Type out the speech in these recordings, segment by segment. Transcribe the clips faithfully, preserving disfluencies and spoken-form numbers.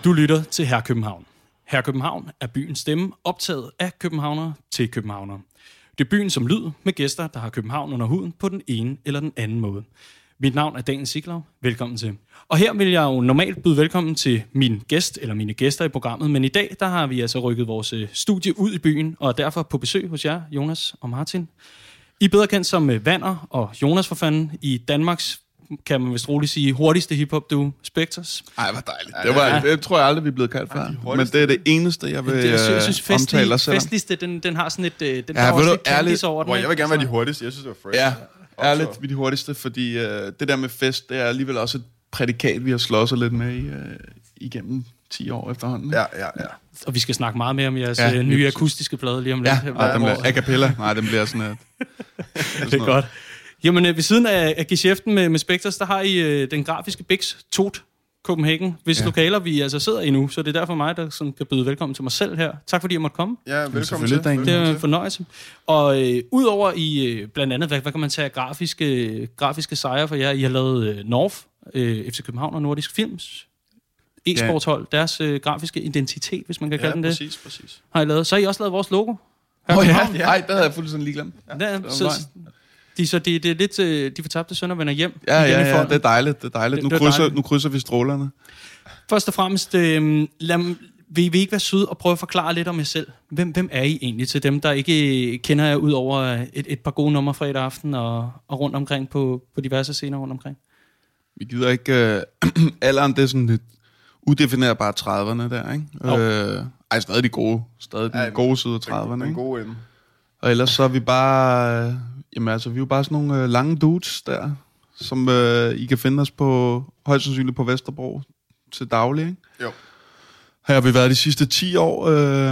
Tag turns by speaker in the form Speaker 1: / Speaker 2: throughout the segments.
Speaker 1: Du lytter til Her København. Her København er byens stemme, optaget af københavnere til københavnere. Det er byen som lyd med gæster, der har København under huden på den ene eller den anden måde. Mit navn er Daniel Siglau. Velkommen til. Og her vil jeg jo normalt byde velkommen til min gæst, eller mine gæster i programmet, men i dag der har vi altså rykket vores studie ud i byen, og er derfor på besøg hos jer, Jonas og Martin. I er bedre kendt som Vanner og Jonas for fanden i Danmarks, kan man vist roligt sige, hurtigste hiphop-duo, Spectres.
Speaker 2: Ej, hvor dejligt. Det, var, det tror jeg aldrig, vi er blevet kaldt før. Men det er det eneste, jeg vil
Speaker 1: det, jeg synes, synes, festlig,
Speaker 2: omtale os selv.
Speaker 1: Festliste, den, den har sådan et, den
Speaker 2: ja,
Speaker 1: har også
Speaker 2: du,
Speaker 1: lidt kendis over den.
Speaker 3: Hvor jeg vil gerne være de hurtigste, jeg synes, det var fresh.
Speaker 2: Ja, ærligt, vi er de hurtigste, fordi uh, det der med fest, det er alligevel også et prædikat, vi har slået sig lidt med i, uh, igennem ti år efterhånden.
Speaker 3: Ja, ja, ja.
Speaker 1: Og vi skal snakke meget mere om jeres
Speaker 2: ja,
Speaker 1: nye akustiske plade lige om lidt.
Speaker 2: Ja, ja, den bliver a cappella. Nej, den bliver sådan et...
Speaker 1: det er godt. Jamen, ved siden af, af geschæften med, med Spectres, der har I øh, den grafiske Bix Tot Copenhagen, hvis ja. lokaler vi altså sidder i nu. Så det er derfor mig, der sådan, kan byde velkommen til mig selv her. Tak fordi jeg måtte komme.
Speaker 3: Ja, velkommen til.
Speaker 1: Det er en fornøjelse. Og øh, udover i øh, blandt andet, hvad, hvad kan man tage af grafiske, grafiske sejre for jer? I har lavet øh, North, øh, F C København og Nordisk Films e-sportshold, ja. deres øh, grafiske identitet, hvis man kan kalde
Speaker 3: ja,
Speaker 1: den det.
Speaker 3: præcis, præcis.
Speaker 1: Har I lavet. Så har I også lavet vores logo.
Speaker 2: Åh oh, ja, nej, der havde jeg fuldstændig lige glemt.
Speaker 1: Ja, ja, så, de, så det, det er lidt, de fortabte sønner vender hjem.
Speaker 2: Ja, ja, ja, det er dejligt, det er dejligt. Nu, det, krydser, dejligt. nu krydser vi strålerne.
Speaker 1: Først og fremmest, øh, lad, vil vi ikke være søde og prøve at forklare lidt om jer selv? Hvem, hvem er I egentlig til dem, der ikke kender jer ud over et, et par gode numre fredag aften og, og rundt omkring på, på diverse scener rundt omkring?
Speaker 2: Vi gider ikke... Øh, alderen, det er sådan lidt udefinerbare trediverne der, ikke? Oh. Øh, ej, stadig de gode. Stadig den ja, gode side af trediverne,
Speaker 3: ikke? Den gode ende.
Speaker 2: Og ellers så er vi bare... Øh, jamen altså, vi er jo bare sådan nogle øh, lange dudes der, som øh, I kan finde os på, højst sandsynligt på Vesterbro til daglig, ikke?
Speaker 3: Jo.
Speaker 2: Her har vi været de sidste ti år øh,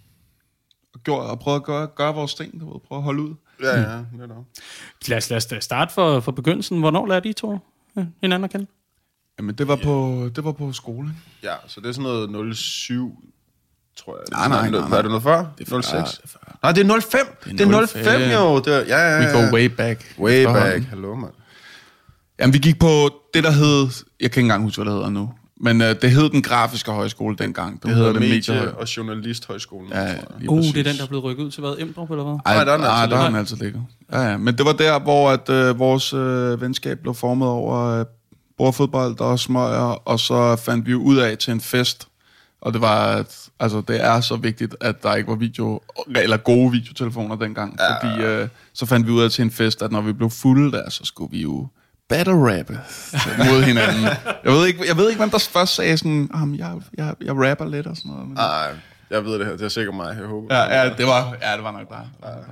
Speaker 2: og, gjort, og prøvet at gøre, gøre vores ting, du ved, prøve at holde ud.
Speaker 3: Ja, ja, det er nok.
Speaker 1: Lad os, lad os starte for, for begyndelsen. Hvornår lærte I to hinanden at kende?
Speaker 2: Jamen, det var på, det var på skole.
Speaker 3: Ja, så det er sådan noget nul syv, tror jeg.
Speaker 2: Nej, nej, nej, nej.
Speaker 3: Er det noget før?
Speaker 2: Det er
Speaker 3: nul seks?
Speaker 2: Ja,
Speaker 3: det er nej, det er nul fem. Det er nul fem, jo. Det er, ja, ja, ja.
Speaker 2: We go way back.
Speaker 3: Way back. Hallo, mand.
Speaker 2: Jamen, vi gik på det, der hed... Jeg kan ikke engang huske, hvad det hedder nu. Men uh, det hed den grafiske højskole dengang.
Speaker 3: Det hedder Medie- og Journalisthøjskolen.
Speaker 2: Ja,
Speaker 1: uh, det er den, der er blevet rykket ud til hvad? Emdrup, eller hvad?
Speaker 2: Ej, nej, der er den altid, der den altid ligget. Ja, ja. Men det var der, hvor at, uh, vores uh, venskab blev formet over uh, bordfodbold og smøger, og så fandt vi ud af til en fest. Og det var, at, altså, det er så vigtigt, at der ikke var video, eller gode videotelefoner dengang. Ja. Fordi uh, så fandt vi ud af til en fest, at når vi blev fulde der, så skulle vi jo battle rappe mod hinanden. Jeg ved ikke, jeg ved ikke hvem der først sagde sådan, ah, jeg, jeg, jeg rapper lidt og sådan noget.
Speaker 3: Nej, men... jeg ved det her. Det er sikkert mig, jeg håber.
Speaker 2: Ja, ja, det var, ja, det var nok dig. Ja, ja.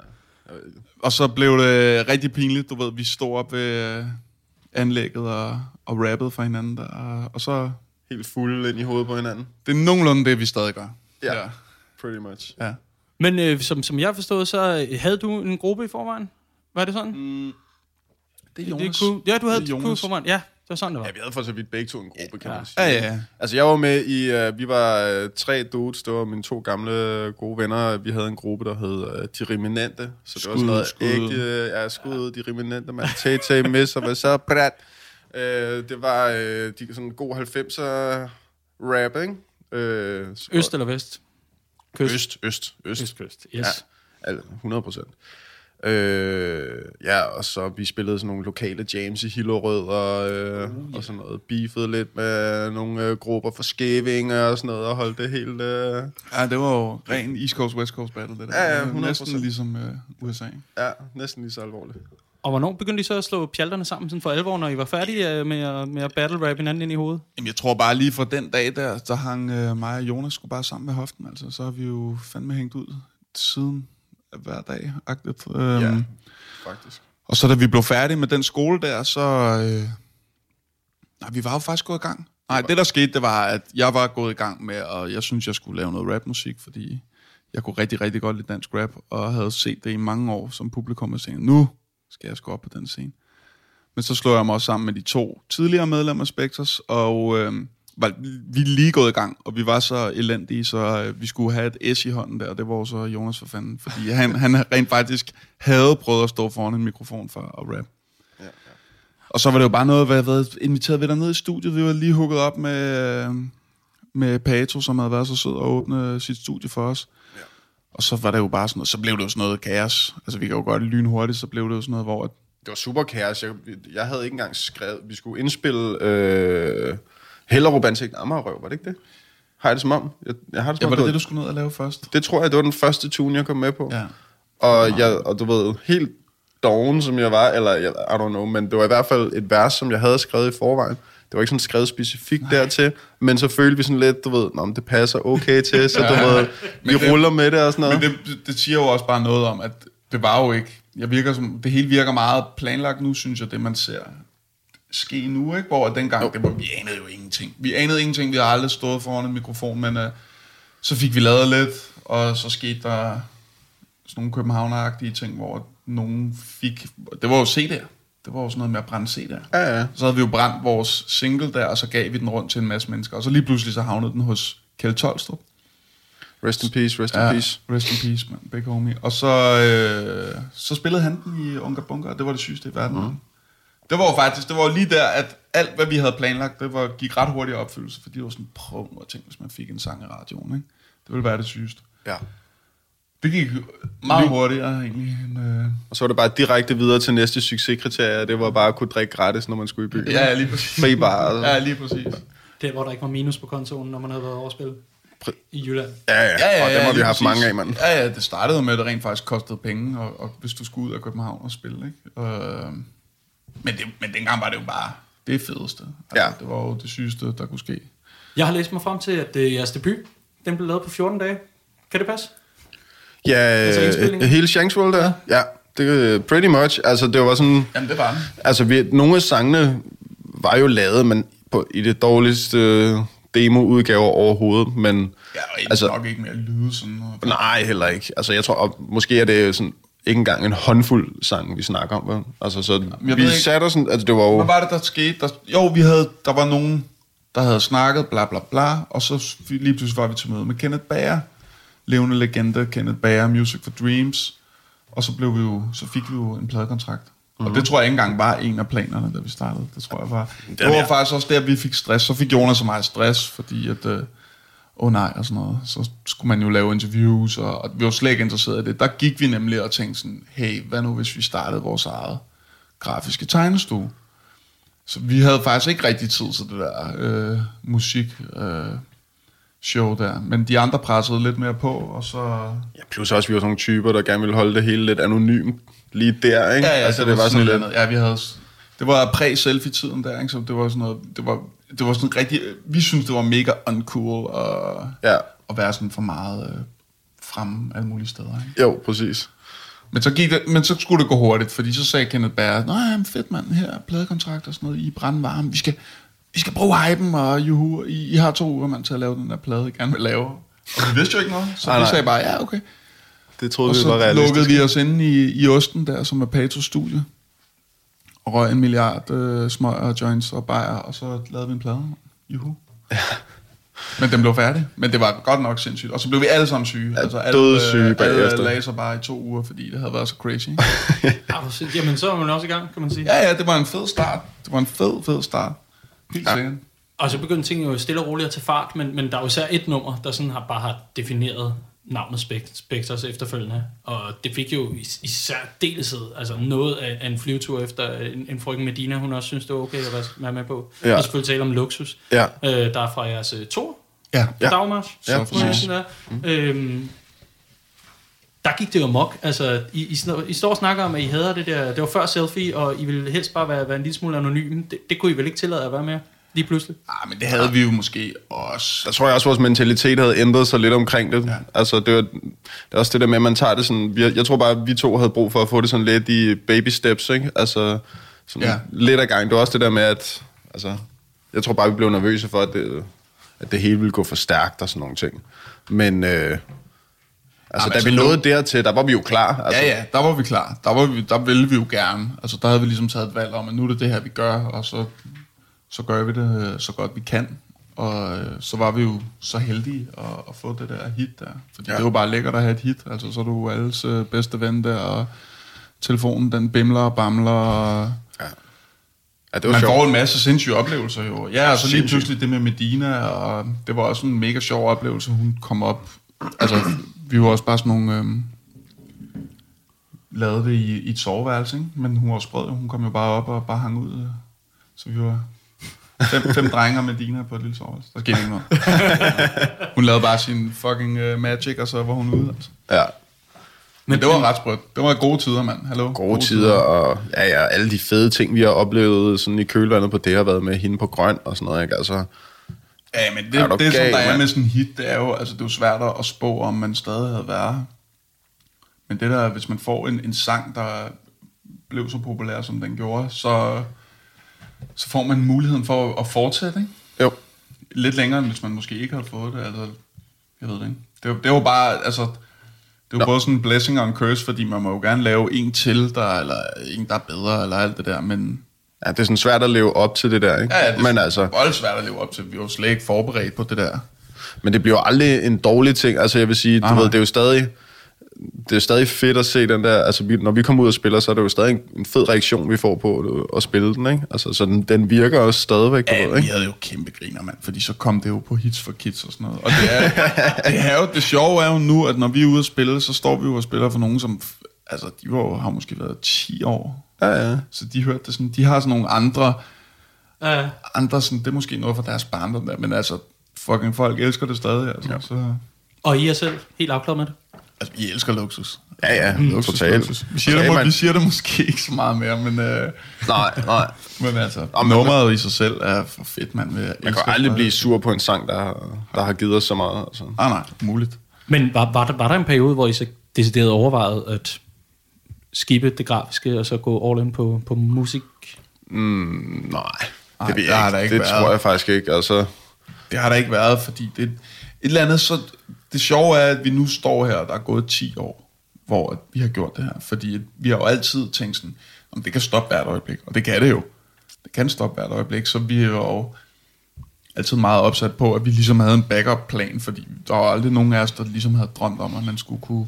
Speaker 2: Og så blev det rigtig pinligt, du ved, vi stod op ved anlægget og, og rappede for hinanden der, og så...
Speaker 3: Helt fulde ind i hovedet på hinanden.
Speaker 2: Det er nogenlunde det, vi stadig gør.
Speaker 3: Ja, yeah, pretty much.
Speaker 2: Ja.
Speaker 1: Men øh, som, som jeg har forstået, så havde du en gruppe i forvejen? Var det sådan?
Speaker 3: Mm,
Speaker 2: det er Jonas.
Speaker 1: Det kunne, ja, du havde en gruppe i forvejen. Ja, det var sådan, det var.
Speaker 3: Ja, vi havde for så vidt begge to en gruppe, kan
Speaker 1: ja.
Speaker 3: man sige.
Speaker 2: Ja, ja, ja.
Speaker 3: Altså, jeg var med i... Uh, vi var uh, tre dudes. Det var mine to gamle gode venner. Vi havde en gruppe, der hed uh, De Riminente. Så det
Speaker 2: skud,
Speaker 3: var sådan noget
Speaker 2: skud.
Speaker 3: ægte... Uh, ja, skud, De Riminente, man. Tay-Tay, Miss, og hvad så? Brat. Uh, det var uh, de, sådan en god halvfemser rap, ikke? Uh,
Speaker 1: øst eller vest?
Speaker 3: Kyst. Øst, øst, øst.
Speaker 1: Øst-kyst, yes.
Speaker 3: Ja, hundrede procent. Øh, ja, og så vi spillede sådan nogle lokale jams i Hillerød og, øh, uh, yeah. og sådan noget. Beefede lidt med nogle øh, grupper for Skævinge og sådan noget, og holdt det helt... Øh...
Speaker 2: Ja, det var jo ren East Coast, West Coast battle, det der.
Speaker 3: Ja, ja, hundrede procent.
Speaker 2: Næsten ligesom øh, U S A.
Speaker 3: Ja, næsten lige så alvorligt.
Speaker 1: Og hvornår begyndte I så at slå pjalterne sammen sådan for alvor, når I var færdige med at, med at battle rap hinanden ind i hovedet?
Speaker 2: Jamen, jeg tror bare lige fra den dag der, så hang øh, mig og Jonas skulle bare sammen med hoften, altså. Så har vi jo fandme hængt ud siden hver dag, agtigt. Øhm,
Speaker 3: ja, faktisk.
Speaker 2: Og så da vi blev færdige med den skole der, så... Øh, nej, vi var jo faktisk gået i gang. Nej, det der skete, det var, at jeg var gået i gang med, og jeg synes, jeg skulle lave noget rapmusik, fordi jeg kunne rigtig, rigtig godt lide dansk rap, og havde set det i mange år som publikum og tænkte, nu skal jeg sgu op på den scene. Men så slog jeg mig også sammen med de to tidligere medlemmer af Spectres, og øh, var, vi er lige gået i gang, og vi var så elendige, så øh, vi skulle have et S i hånden der, det var så Jonas for fanden, fordi han, han rent faktisk havde prøvet at stå foran en mikrofon for at rap.
Speaker 3: Ja, ja.
Speaker 2: Og så var det jo bare noget, hvor jeg havde inviteret ved dernede i studiet, vi var lige hooket op med, øh, med Pato, som havde været så sød og åbne sit studie for os. Ja. Og så var det jo bare sådan noget, så blev det jo sådan noget kaos. Altså vi kan jo godt lynhurtigt, så blev det jo sådan noget, hvor... At...
Speaker 3: Det var super kaos. Jeg, jeg havde ikke engang skrevet, vi skulle indspille øh, Hellerup Ansigt Amagerrøv, var det ikke det? Har jeg det som om? Jeg, jeg har det som
Speaker 2: ja,
Speaker 3: om,
Speaker 2: var det det, du skulle ned og lave først?
Speaker 3: Det tror jeg, det var den første tune, jeg kom med på.
Speaker 2: Ja.
Speaker 3: Og, jeg, og du ved, helt doven, som jeg var, eller I don't know, men det var i hvert fald et vers, som jeg havde skrevet i forvejen. Det var ikke sådan skrevet specifikt Nej. dertil, men så følte vi sådan lidt, du ved, nå, det passer okay til, så du ved, vi det, ruller med det og sådan noget.
Speaker 2: Men det, det siger jo også bare noget om, at det var jo ikke, jeg virker som, det hele virker meget planlagt nu, synes jeg, det man ser ske nu, ikke? Hvor dengang, det var, vi anede jo ingenting. Vi anede ingenting, vi har aldrig stået foran en mikrofon, men uh, så fik vi lavet lidt, og så skete der sådan nogle københavneragtige ting, hvor nogen fik, det var jo C D'er. Det var jo sådan noget med at brænde C D'er.
Speaker 3: Ja, ja.
Speaker 2: Så havde vi jo brændt vores single der, og så gav vi den rundt til en masse mennesker. Og så lige pludselig så havnede den hos Kjeld Tolstrup.
Speaker 3: Rest in peace, rest
Speaker 2: ja,
Speaker 3: in peace.
Speaker 2: Rest in peace, man. Big homie. Og så, øh, så spillede han den i Unga Bunga, og det var det sygeste i verden. Mm. Det var jo faktisk, det var jo lige der, at alt, hvad vi havde planlagt, det var, gik ret hurtigt i opfyldelse, fordi det var sådan, prøv nu at tænke, hvis man fik en sang i radioen, ikke? Det ville være det sygeste.
Speaker 3: Ja.
Speaker 2: Det gik meget hurtigere egentlig. End, øh...
Speaker 3: Og så var det bare direkte videre til næste succeskriterie, det var bare at kunne drikke gratis, når man skulle i byen.
Speaker 2: Ja, lige præcis.
Speaker 3: Fri bar. Altså.
Speaker 2: Ja, lige præcis.
Speaker 4: Det hvor der ikke var minus på kontoen, når man havde været overspillet i Jylland.
Speaker 3: Ja, ja,
Speaker 2: ja, ja,
Speaker 3: og det
Speaker 2: ja,
Speaker 3: må vi have haft
Speaker 2: præcis.
Speaker 3: mange af, mand.
Speaker 2: Ja, ja, det startede med, at det rent faktisk kostede penge, og, og hvis du skulle ud af København og spille, ikke? Øh, men, det, men dengang var det jo bare det fedeste. Altså,
Speaker 3: ja.
Speaker 2: Det var jo det sygeste, der kunne ske.
Speaker 4: Jeg har læst mig frem til, at det er jeres debut. Den blev lavet på fjorten dage. Kan det passe?
Speaker 3: Ja, altså hele Shanksville der. Ja. ja, det er pretty much. Altså, det var sådan...
Speaker 2: Jamen, det var den.
Speaker 3: Altså, vi, nogle af sangene var jo lavet, men på, i det dårligste øh, demo-udgave overhovedet, men...
Speaker 2: Ja, og
Speaker 3: altså,
Speaker 2: nok ikke mere lyde sådan noget.
Speaker 3: Nej, heller ikke. Altså, jeg tror, og måske er det sådan... Ikke engang en håndfuld sang, vi snakker om. Vel? Altså, så ja, vi satte sådan... Altså, det var jo...
Speaker 2: Hvad var det, der skete? Der, jo, vi havde... Der var nogen, der havde snakket, bla bla bla, og så lige pludselig var vi til møde med Kenneth Bager. Levende legende, Kenneth Bager, Music for Dreams. Og så blev vi jo, så fik vi jo en pladekontrakt. Mm-hmm. Og det tror jeg ikke engang var en af planerne, da vi startede. Det tror jeg var. Det, det var ja. faktisk også der, vi fik stress. Så fik Jonas og mig stress, fordi at, åh øh, oh nej, og sådan noget. Så skulle man jo lave interviews, og, og vi var slet ikke interesseret i det. Der gik vi nemlig og tænkte sådan, hey, hvad nu hvis vi startede vores eget grafiske tegnestue? Så vi havde faktisk ikke rigtig tid til det der øh, musik øh, show der, men de andre pressede lidt mere på, og så...
Speaker 3: Ja, plus også, vi var sådan nogle typer, der gerne ville holde det hele lidt anonymt lige der, ikke?
Speaker 2: Ja, ja,
Speaker 3: altså,
Speaker 2: det,
Speaker 3: det
Speaker 2: var, var sådan
Speaker 3: lidt...
Speaker 2: lidt... Ja, vi havde... Det var præ-selfie-tiden der, ikke? Så det var sådan noget... Det var, det var sådan rigtig... Vi synes det var mega uncool og,
Speaker 3: ja.
Speaker 2: at være sådan for meget øh, fremme alle mulige steder, ikke?
Speaker 3: Jo, præcis.
Speaker 2: Men så, gik det, men så skulle det gå hurtigt, fordi så sagde Kenneth Bager, nej, fedt mand, her er pladekontrakt og sådan noget, I er brandvarme, vi skal... Vi skal bruge hypen, og juhu, I, I har to uger, man, til at lave den der plade, I gerne vil lave. Og vi vidste jo ikke noget, så nej, vi nej. sagde bare, ja, okay.
Speaker 3: Det troede
Speaker 2: og
Speaker 3: vi var realistisk.
Speaker 2: Og så lukkede vi os inde i, i Osten der, som er Patos studie, og røg en milliard øh, smøger, joints og bajer, og så lavede vi en plade. Juhu. Ja. Men den blev færdig, men det var godt nok sindssygt. Og så blev vi alle sammen syge.
Speaker 3: Ja,
Speaker 2: altså, alle,
Speaker 3: dødssyge bagefter.
Speaker 2: Alle lagde sig bare i to uger, fordi det havde været så crazy.
Speaker 4: Jamen, så er man også i gang, kan man sige.
Speaker 2: Ja, ja, det var en fed start. Det var en fed, fed start. Helt ja. sikkert.
Speaker 4: Og så begyndte ting jo stille og roligt at tage fart, men, men der er jo især et nummer, der sådan har, bare har defineret navnet Spectres efterfølgende. Og det fik jo især deltid, altså noget af, af en flyvetur efter en, en frøken Medina, hun også synes, det var okay at være med på. Ja. Og selvfølgelig tale om luksus.
Speaker 3: Ja.
Speaker 4: Øh, der er fra jeres to
Speaker 2: ja.
Speaker 4: på Dagmarsch.
Speaker 2: Ja, præcis.
Speaker 4: Mm. Øhm, der gik det jo mok. Altså, I, I, I står og snakker om, at I hader det der. Det var før selfie, og I ville helst bare være, være en lille smule anonym. Det, det kunne I vel ikke tillade at være med lige pludselig?
Speaker 2: Ah, men det havde vi jo måske også.
Speaker 3: Der tror jeg også, at vores mentalitet havde ændret sig lidt omkring det. Ja. Altså, det, var, det er også det der med, at man tager det sådan... Jeg, jeg tror bare, at vi to havde brug for at få det sådan lidt i baby steps, ikke? Altså, sådan ja. lidt ad gang. Det var også det der med, at... Altså, jeg tror bare, vi blev nervøse for, at det, at det hele ville gå for stærkt og sådan nogle ting. Men... Øh, Altså, ja, da vi nåede dertil, der var vi jo klar. Altså.
Speaker 2: Ja, ja, der var vi klar. Der, var vi, der ville vi jo gerne. Altså, der havde vi ligesom taget et valg om, at nu er det det her, vi gør, og så, så gør vi det så godt vi kan. Og øh, så var vi jo så heldige at, at få det der hit der. Fordi ja. det er jo bare lækkert at have et hit. Altså, så er du alles øh, bedste ven der, og telefonen, den bimler og bamler. Og...
Speaker 3: Ja. Ja, det var
Speaker 2: man
Speaker 3: sjovt.
Speaker 2: får en masse sindssyge oplevelser jo. Ja, og så lige
Speaker 3: Sindssygt.
Speaker 2: pludselig det med Medina, og det var også en mega sjov oplevelse. Hun kom op, altså vi var også bare sådan nogle, øhm, lavede det i, i et soveværelse, ikke? Men hun var sprød, hun kom jo bare op og bare hang ud. Så vi var fem, fem drenge og Medina på et lille soveværelse. Der skete ikke noget. Hun lavede bare sin fucking uh, magic, og så var hun ude, altså.
Speaker 3: Ja.
Speaker 2: Men det var ret sprødt. Det var gode tider, mand. Hallo?
Speaker 3: Gode, gode tider, tider, og ja, ja, alle de fede ting, vi har oplevet sådan i kølvandet på det, har været med hende på grøn og sådan noget, ikke? Altså,
Speaker 2: ja, men det,
Speaker 3: er
Speaker 2: det, det
Speaker 3: gal,
Speaker 2: som der er
Speaker 3: man?
Speaker 2: med sådan en hit, det er jo, altså det er jo svært at spå, om man stadig havde været. Men det der, hvis man får en, en sang, der blev så populær, som den gjorde, så, så får man muligheden for at, at fortsætte, ikke?
Speaker 3: jo.
Speaker 2: Lidt længere, end hvis man måske ikke havde fået det, altså, jeg ved det ikke. Det, var- det var bare, altså, det var både sådan en blessing og en curse, fordi man må jo gerne lave en til, der, eller en, der er bedre, eller alt det der, men...
Speaker 3: Ja, det er sådan svært at leve op til det der, ikke?
Speaker 2: Ja, det er
Speaker 3: men, altså,
Speaker 2: voldt svært at leve op til. Vi var jo slet ikke forberedt på det der.
Speaker 3: men det bliver jo aldrig en dårlig ting. Altså, jeg vil sige, du
Speaker 2: Nej,
Speaker 3: ved,
Speaker 2: nej.
Speaker 3: det er jo stadig... Det er stadig fedt at se den der... Altså, vi, når vi kommer ud og spiller, så er det jo stadig en, en fed reaktion, vi får på at spille den, ikke? Altså, så den, den virker også stadigvæk, du
Speaker 2: Ja,
Speaker 3: ved,
Speaker 2: vi
Speaker 3: ikke?
Speaker 2: havde jo kæmpe griner, mand, fordi så kom det jo på Hits for Kids og sådan noget. Og det er, det er jo, det sjove er jo nu, at når vi er ude at spille, så står vi jo og spiller for nogen, som, altså, de var jo, har måske været ti år.
Speaker 3: Ja, ja.
Speaker 2: Så de hørte det sådan, de har sådan nogle andre,
Speaker 4: Ja.
Speaker 2: andre sådan, det er måske noget fra deres barndom der, men altså, fucking folk elsker det stadig, altså. Ja. Så,
Speaker 4: Og I er selv helt afklaret med det?
Speaker 2: altså, vi elsker luksus.
Speaker 3: Ja, ja,
Speaker 2: Luksus,
Speaker 3: totalt.
Speaker 2: luksus. Vi siger,
Speaker 3: Totalt,
Speaker 2: det, må,
Speaker 3: mand.
Speaker 2: vi siger det måske ikke så meget mere, men, øh,
Speaker 3: Nej, nej.
Speaker 2: men altså,
Speaker 3: men-
Speaker 2: nummeret i sig selv er for fedt, mand.
Speaker 3: Man kan aldrig blive sur på en sang, der har, der har givet os så meget. Altså.
Speaker 2: Nej, nej, muligt.
Speaker 4: Men var, var, der, var der en periode, hvor I så decideret overvejede at skippe det grafiske, og så gå all in på, på musik?
Speaker 3: Mm, nej,
Speaker 2: Ej,
Speaker 3: det, ved
Speaker 2: der
Speaker 3: jeg
Speaker 2: har
Speaker 3: ikke.
Speaker 2: der ikke
Speaker 3: det
Speaker 2: været.
Speaker 3: tror jeg faktisk ikke. Altså,
Speaker 2: Det har der ikke været, fordi det, et eller andet, så det sjove er, at vi nu står her, og der er gået ti år, hvor vi har gjort det her. Fordi vi har jo altid tænkt sådan, om det kan stoppe hvert øjeblik, og det kan det jo. Det kan stoppe hvert øjeblik, så vi er jo altid meget opsat på, at vi ligesom havde en backup-plan, fordi der var aldrig nogen af os, der ligesom havde drømt om, at man skulle kunne,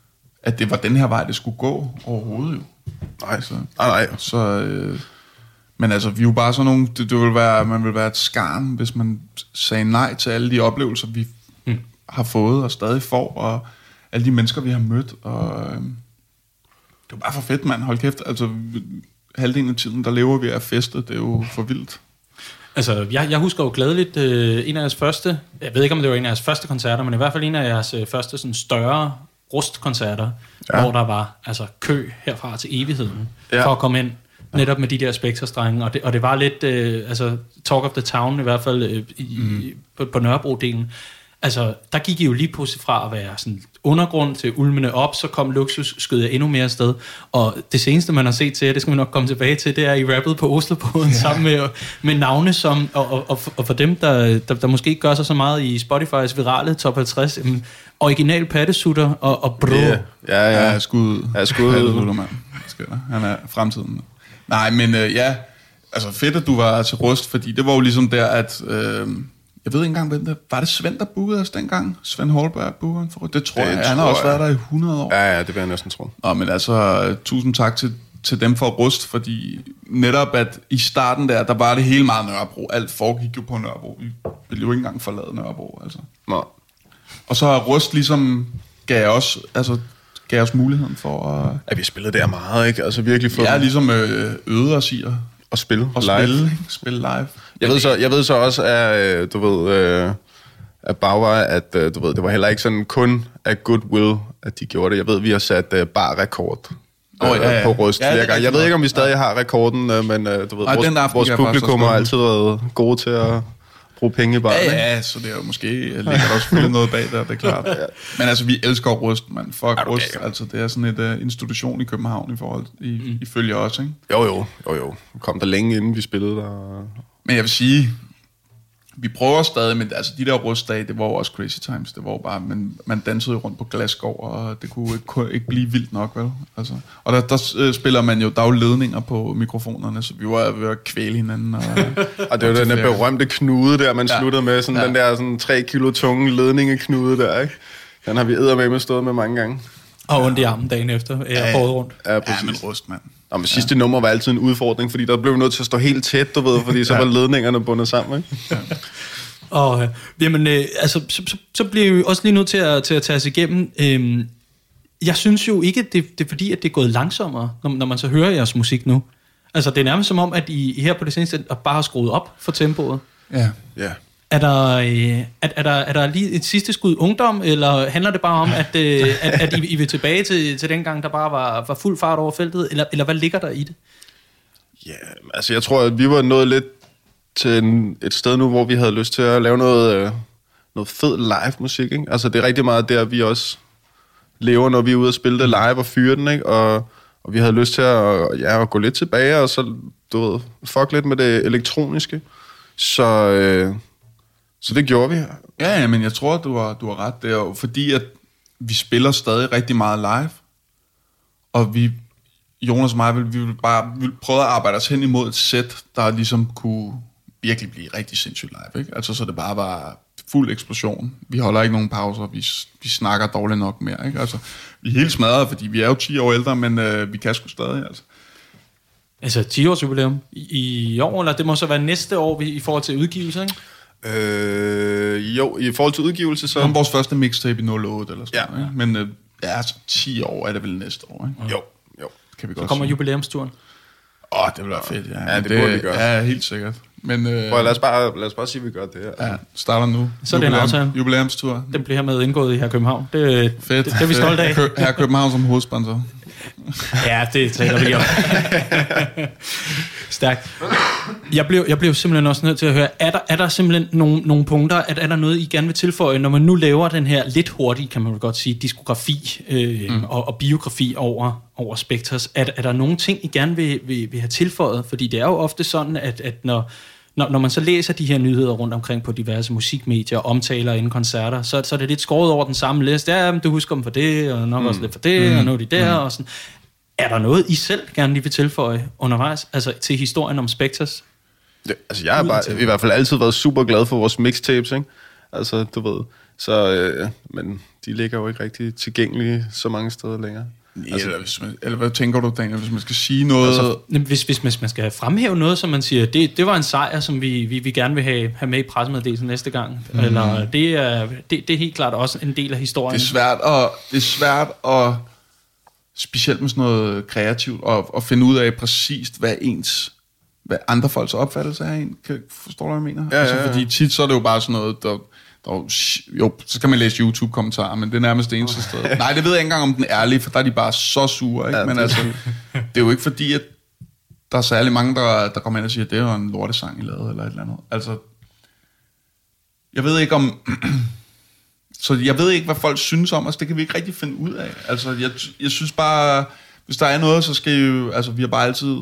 Speaker 2: at det var den her vej, det skulle gå overhovedet jo.
Speaker 3: nej,
Speaker 2: Så,
Speaker 3: nej, nej.
Speaker 2: så øh, men altså, vi er jo bare sådan nogle, det, det vil være, man vil være et skarn, hvis man sagde nej til alle de oplevelser, vi mm. har fået og stadig får, og alle de mennesker, vi har mødt, og øh, det er jo bare for fedt, mand, hold kæft, altså halvdelen af tiden, der lever vi af feste, det er jo for vildt.
Speaker 4: Altså, jeg, jeg husker jo glædeligt øh, en af jeres første, jeg ved ikke, om det var en af jeres første koncerter, men i hvert fald en af jeres øh, første sådan større rustkoncerter, ja. Hvor der var altså kø herfra til evigheden, ja. For at komme ind, netop med de der spekterstrenge, og det, og det var lidt, øh, altså, talk of the town, i hvert fald øh, i, mm. på, på Nørrebro-delen. Altså, der gik I jo lige pludselig fra at være sådan undergrund til ulmende op, så kom Luksus, skød jeg endnu mere afsted. Og det seneste, man har set til, det skal vi nok komme tilbage til, det er, I rappede på Oslobåden ja. Sammen med, med navne som, og, og, og, og for dem, der, der, der måske ikke gør sig så meget i Spotifys virale top halvtreds, jamen, original pattesutter og, og bro.
Speaker 3: Yeah. Ja, ja.
Speaker 2: Ja, skud.
Speaker 3: Ja, skud.
Speaker 2: Ja, mand. Hvad sker der? Han er fremtiden. Nej, men øh, ja, altså fedt, at du var til Rust, fordi det var jo ligesom der, at... Øh, jeg ved ikke engang, hvem det var. Det Svend, der bookede os dengang? Svend Holberg bookede for det tror
Speaker 3: Det
Speaker 2: jeg.
Speaker 3: tror
Speaker 2: Han har også
Speaker 3: jeg.
Speaker 2: været der i hundrede år.
Speaker 3: Ja, ja, det vil jeg næsten tro.
Speaker 2: Nå, men altså, tusind tak til, til dem for Rust, fordi netop at i starten der, der var det hele meget Nørrebro. Alt foregik jo på Nørrebro. Vi ville jo ikke engang forlade Nørrebro, altså.
Speaker 3: Nå.
Speaker 2: Og så har Rust ligesom gav os, altså, gav os muligheden for at...
Speaker 3: Ja, vi spillede der meget, ikke? Altså virkelig for
Speaker 2: Ja, ligesom øh, øde os i at,
Speaker 3: at spille
Speaker 2: at
Speaker 3: live.
Speaker 2: spille, ikke? Spille live.
Speaker 3: Jeg ved så, jeg ved så også, at du ved, øh, at Bagvej, at du ved, det var heller ikke sådan kun af goodwill, at de gjorde det. Jeg ved, vi har sat uh, bar-rekord øh,
Speaker 2: oh, ja, ja.
Speaker 3: på Rust
Speaker 2: Ja,
Speaker 3: flere gange. Jeg ved ikke, om vi stadig
Speaker 2: ja.
Speaker 3: har rekorden, øh, men uh, du ved,
Speaker 2: Ej,
Speaker 3: vores,
Speaker 2: den aften
Speaker 3: vores
Speaker 2: kan jeg faktisk
Speaker 3: publikum
Speaker 2: også
Speaker 3: har
Speaker 2: godt
Speaker 3: altid været gode til at bruge penge i baren.
Speaker 2: Ja,
Speaker 3: ikke?
Speaker 2: ja, så det er jo måske, ligger der også selvfølgelig noget bag der, det er klart. Ja. Men altså, vi elsker Rust, man. Fuck
Speaker 3: Er du
Speaker 2: Rust,
Speaker 3: gal?
Speaker 2: altså det er sådan et uh, institution i København i forhold, i, mm. ifølge os, ikke?
Speaker 3: Jo, jo, jo, jo. Kom der længe inden vi spillede der.
Speaker 2: Men jeg vil sige, vi prøver stadig, men altså de der Rustdage, det var jo også crazy times, det var jo bare, men man dansede jo rundt på Glasgow, og det kunne ikke, kunne ikke blive vildt nok, vel? Altså, og der, der øh, spiller man jo, der er jo ledninger på mikrofonerne, så vi var ved at kvæle hinanden. Og,
Speaker 3: Og det var den der berømte knude der, man
Speaker 2: Ja.
Speaker 3: ja. sluttede med, sådan
Speaker 2: Ja.
Speaker 3: ja. den der sådan tre kilo tunge ledningeknude der, ikke? Den har vi eddermame stået med mange gange.
Speaker 4: Og ondt i armen dagen efter, ja, hårdt rundt.
Speaker 3: Ja,
Speaker 2: Ja,
Speaker 3: præcis.
Speaker 2: men rust, mand.
Speaker 3: Og med sidste ja. nummer var altid en udfordring, fordi der blev vi nødt til at stå helt tæt, du ved, fordi så var ledningerne bundet sammen, ikke? Ja.
Speaker 4: Og jamen, øh, altså, så, så, så bliver vi også lige nødt til at, til at tage os igennem. Øhm, jeg synes jo ikke, det, det er fordi, at det er gået langsommere, når, når man så hører jeres musik nu. Altså, det er nærmest som om, at I her på det seneste bare har skruet op for tempoet.
Speaker 2: Ja.
Speaker 3: Ja.
Speaker 4: Er der, øh, er, er, der, er der lige et sidste skud ungdom, eller handler det bare om, at, øh, at, at I, I vil tilbage til, til den gang, der bare var, var fuld fart over feltet, eller, eller hvad ligger der i det?
Speaker 3: Ja, altså jeg tror, at vi var nået lidt til en, et sted nu, hvor vi havde lyst til at lave noget, øh, noget fed live musik, ikke? Altså det er rigtig meget der, vi også lever, når vi er ude og spille det live og fyre den, ikke? Og, og vi havde lyst til at, ja, at gå lidt tilbage, og så, du ved, fuck lidt med det elektroniske. Så, øh, så det gjorde vi.
Speaker 2: Ja, ja, men jeg tror, du har, du har ret. Det er jo fordi, at vi spiller stadig rigtig meget live, og vi, Jonas og mig, vi vil bare vi vil prøve at arbejde os hen imod et sæt, der ligesom kunne virkelig blive rigtig sindssygt live, ikke? Altså, så det bare var fuld eksplosion. Vi holder ikke nogen pauser, vi, vi snakker dårligt nok mere, ikke? Altså, vi er helt smadret, fordi vi er jo ti år ældre, men øh, vi kan sgu stadig, altså.
Speaker 4: Altså ti års jubilæum i, i år, eller det må så være næste år i forhold til udgivelse, ikke?
Speaker 3: Øh, jo, i forhold til udgivelse, så...
Speaker 2: Det var vores første mixtape i nul otte eller sådan
Speaker 3: Ja.
Speaker 2: noget, ikke? Men øh, ja, altså, ti år er det vel næste år, ikke?
Speaker 3: Jo, jo.
Speaker 2: Kan vi
Speaker 4: Så
Speaker 2: godt
Speaker 4: kommer
Speaker 2: sige.
Speaker 4: jubilæumsturen.
Speaker 2: Åh, oh, det vil være fedt, ja.
Speaker 3: Ja,
Speaker 2: Men
Speaker 3: det burde vi gøre.
Speaker 2: Ja, helt sikkert. Men øh,
Speaker 3: Prøv, lad, os bare, lad os bare sige, at vi gør det her.
Speaker 2: ja, starter nu.
Speaker 4: Så er det en aftale.
Speaker 2: Jubilæumstur.
Speaker 4: Den bliver hermed indgået i her København. Det,
Speaker 2: Fedt.
Speaker 4: det, det er vi stolte af.
Speaker 2: Kø- Her København som hovedsponsor.
Speaker 4: Ja, det taler vi om. Stærkt. Jeg blev, jeg blev simpelthen også nødt til at høre, er der, er der simpelthen nogle, nogle punkter, er, er der noget, I gerne vil tilføje, når man nu laver den her lidt hurtige, kan man vel godt sige, diskografi øh, mm. og, og biografi over, over Spectres. Er, er der nogle ting, I gerne vil, vil, vil have tilføjet? Fordi det er jo ofte sådan, at, at når, når, når man så læser de her nyheder rundt omkring på diverse musikmedier, omtaler inden koncerter, så, så er det lidt skåret over den samme liste. Ja, men du husker dem for det, og nok mm. også lidt for det, mm. og nu er de der, mm. og sådan. Er der noget, I selv gerne lige vil tilføje undervejs, altså til historien om Spectres?
Speaker 3: Det, altså, jeg har bare, i hvert fald altid været super glad for vores mixtapes, ikke? Altså, du ved. Så, øh, men de ligger jo ikke rigtig tilgængelige så mange steder længere.
Speaker 2: Altså, eller, hvis man, eller hvad tænker du, Daniel, hvis man skal sige noget? Altså,
Speaker 4: hvis, hvis man skal fremhæve noget, som man siger, det, det var en sejr, som vi, vi, vi gerne vil have, have med i pressemeddelelsen næste gang. Mm. Eller det er, det, det er helt klart også en del af historien.
Speaker 2: det er svært at, det er svært at specielt med sådan noget kreativt, at, at finde ud af præcist, hvad ens, hvad andre folks opfattelse er en. Kan, forstår du, hvad jeg mener?
Speaker 3: Ja,
Speaker 2: altså,
Speaker 3: ja, ja.
Speaker 2: fordi tit så er det jo bare sådan noget, der, der jo, så kan man læse YouTube-kommentarer, men det er nærmest det eneste sted. Nej, det ved jeg ikke engang, om den er ærlig, for der er de bare så sure, ikke?
Speaker 3: Ja,
Speaker 2: Men
Speaker 3: det,
Speaker 2: altså, det er jo ikke fordi, at der er særlig mange, der, der kommer ind og siger, at det er jo en lortesang, I lavede, eller et eller andet. Altså, jeg ved ikke om... Så jeg ved ikke, hvad folk synes om os. Det kan vi ikke rigtig finde ud af. Altså, jeg, jeg synes bare, hvis der er noget, så skal I jo... Altså, vi har bare altid...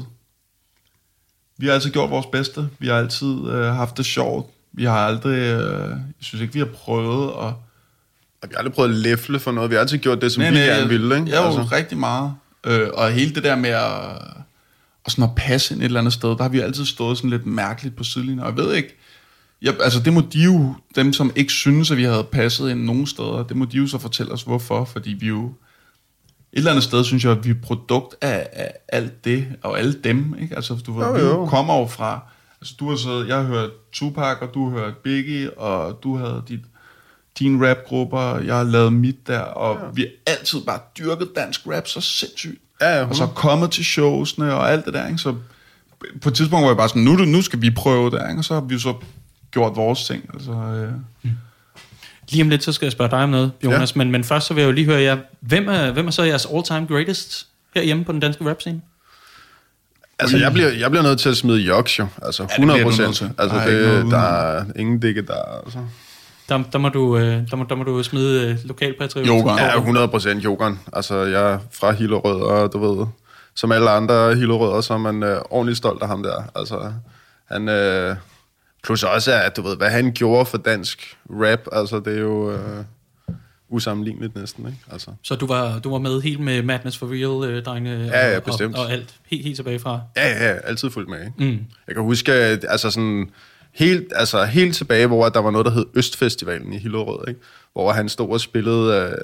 Speaker 2: Vi har altid gjort vores bedste. Vi har altid øh, haft det sjovt. Vi har aldrig... Øh, jeg synes ikke, vi har prøvet at...
Speaker 3: Vi har aldrig prøvet at læfle for noget. Vi har altid gjort det, som
Speaker 2: Nej,
Speaker 3: vi
Speaker 2: nej,
Speaker 3: gerne ville, ikke?
Speaker 2: Ja, jo,
Speaker 3: Altså.
Speaker 2: rigtig meget. Øh, og hele det der med at... Og sådan at passe ind et eller andet sted, der har vi altid stået sådan lidt mærkeligt på sidelinjen. Og jeg ved ikke... Ja, altså det må de jo, dem som ikke synes, at vi havde passet ind nogen steder, det må de jo så fortælle os, hvorfor. Fordi vi jo... Et eller andet sted, synes jeg, at vi er produkt af, af alt det, og alle dem, ikke? Altså, du
Speaker 3: Jo,
Speaker 2: vi
Speaker 3: jo.
Speaker 2: kommer jo fra... Altså, du har så... Jeg har hørt Tupac, og du har hørt Biggie, og du havde dit, dine rapgrupper, jeg har lavet mit der, og ja. Vi har altid bare dyrket dansk rap så sindssygt.
Speaker 3: Ja, ja,
Speaker 2: og så kommet til showsene og alt det der, ikke? Så på et tidspunkt var jeg bare sådan, nu, nu skal vi prøve det, ikke? Og så har vi jo så gjort vores ting, altså... Øh.
Speaker 4: Mm. Lige om lidt, så skal jeg spørge dig om noget, Jonas, ja. men, men først så vil jeg jo lige høre jer, hvem er, hvem er så jeres all-time greatest herhjemme på den danske rap-scene?
Speaker 3: Altså, jeg bliver, jeg bliver nødt til at smide Joks, jo. Altså, hundrede procent. Ja, altså,
Speaker 2: der er
Speaker 3: det,
Speaker 2: ikke noget
Speaker 3: der er ingen dække der, altså.
Speaker 4: Der, der, må du, der, må, der må du smide lokalpatriot.
Speaker 2: Jokeren.
Speaker 3: Ja, hundrede procent Jokeren. Altså, jeg er fra Hillerød, og du ved, som alle andre Hillerødder, så er man øh, ordentligt stolt af ham der. Altså, han... Øh, plus også, at du ved, hvad han gjorde for dansk rap, altså, det er jo... Øh, usammenligneligt næsten, ikke? Altså.
Speaker 4: Så du var, du var med helt med Madness for Real, øh, drengene,
Speaker 3: ja, ja,
Speaker 4: og,
Speaker 3: bestemt.
Speaker 4: og, og alt, helt, helt tilbage fra?
Speaker 3: Ja, ja, altid fuldt med, ikke?
Speaker 4: Mm.
Speaker 3: Jeg kan huske, at, altså sådan, helt, altså helt tilbage, hvor der var noget, der hed Østfestivalen i Hillerød, ikke? Hvor han stod og spillede, øh,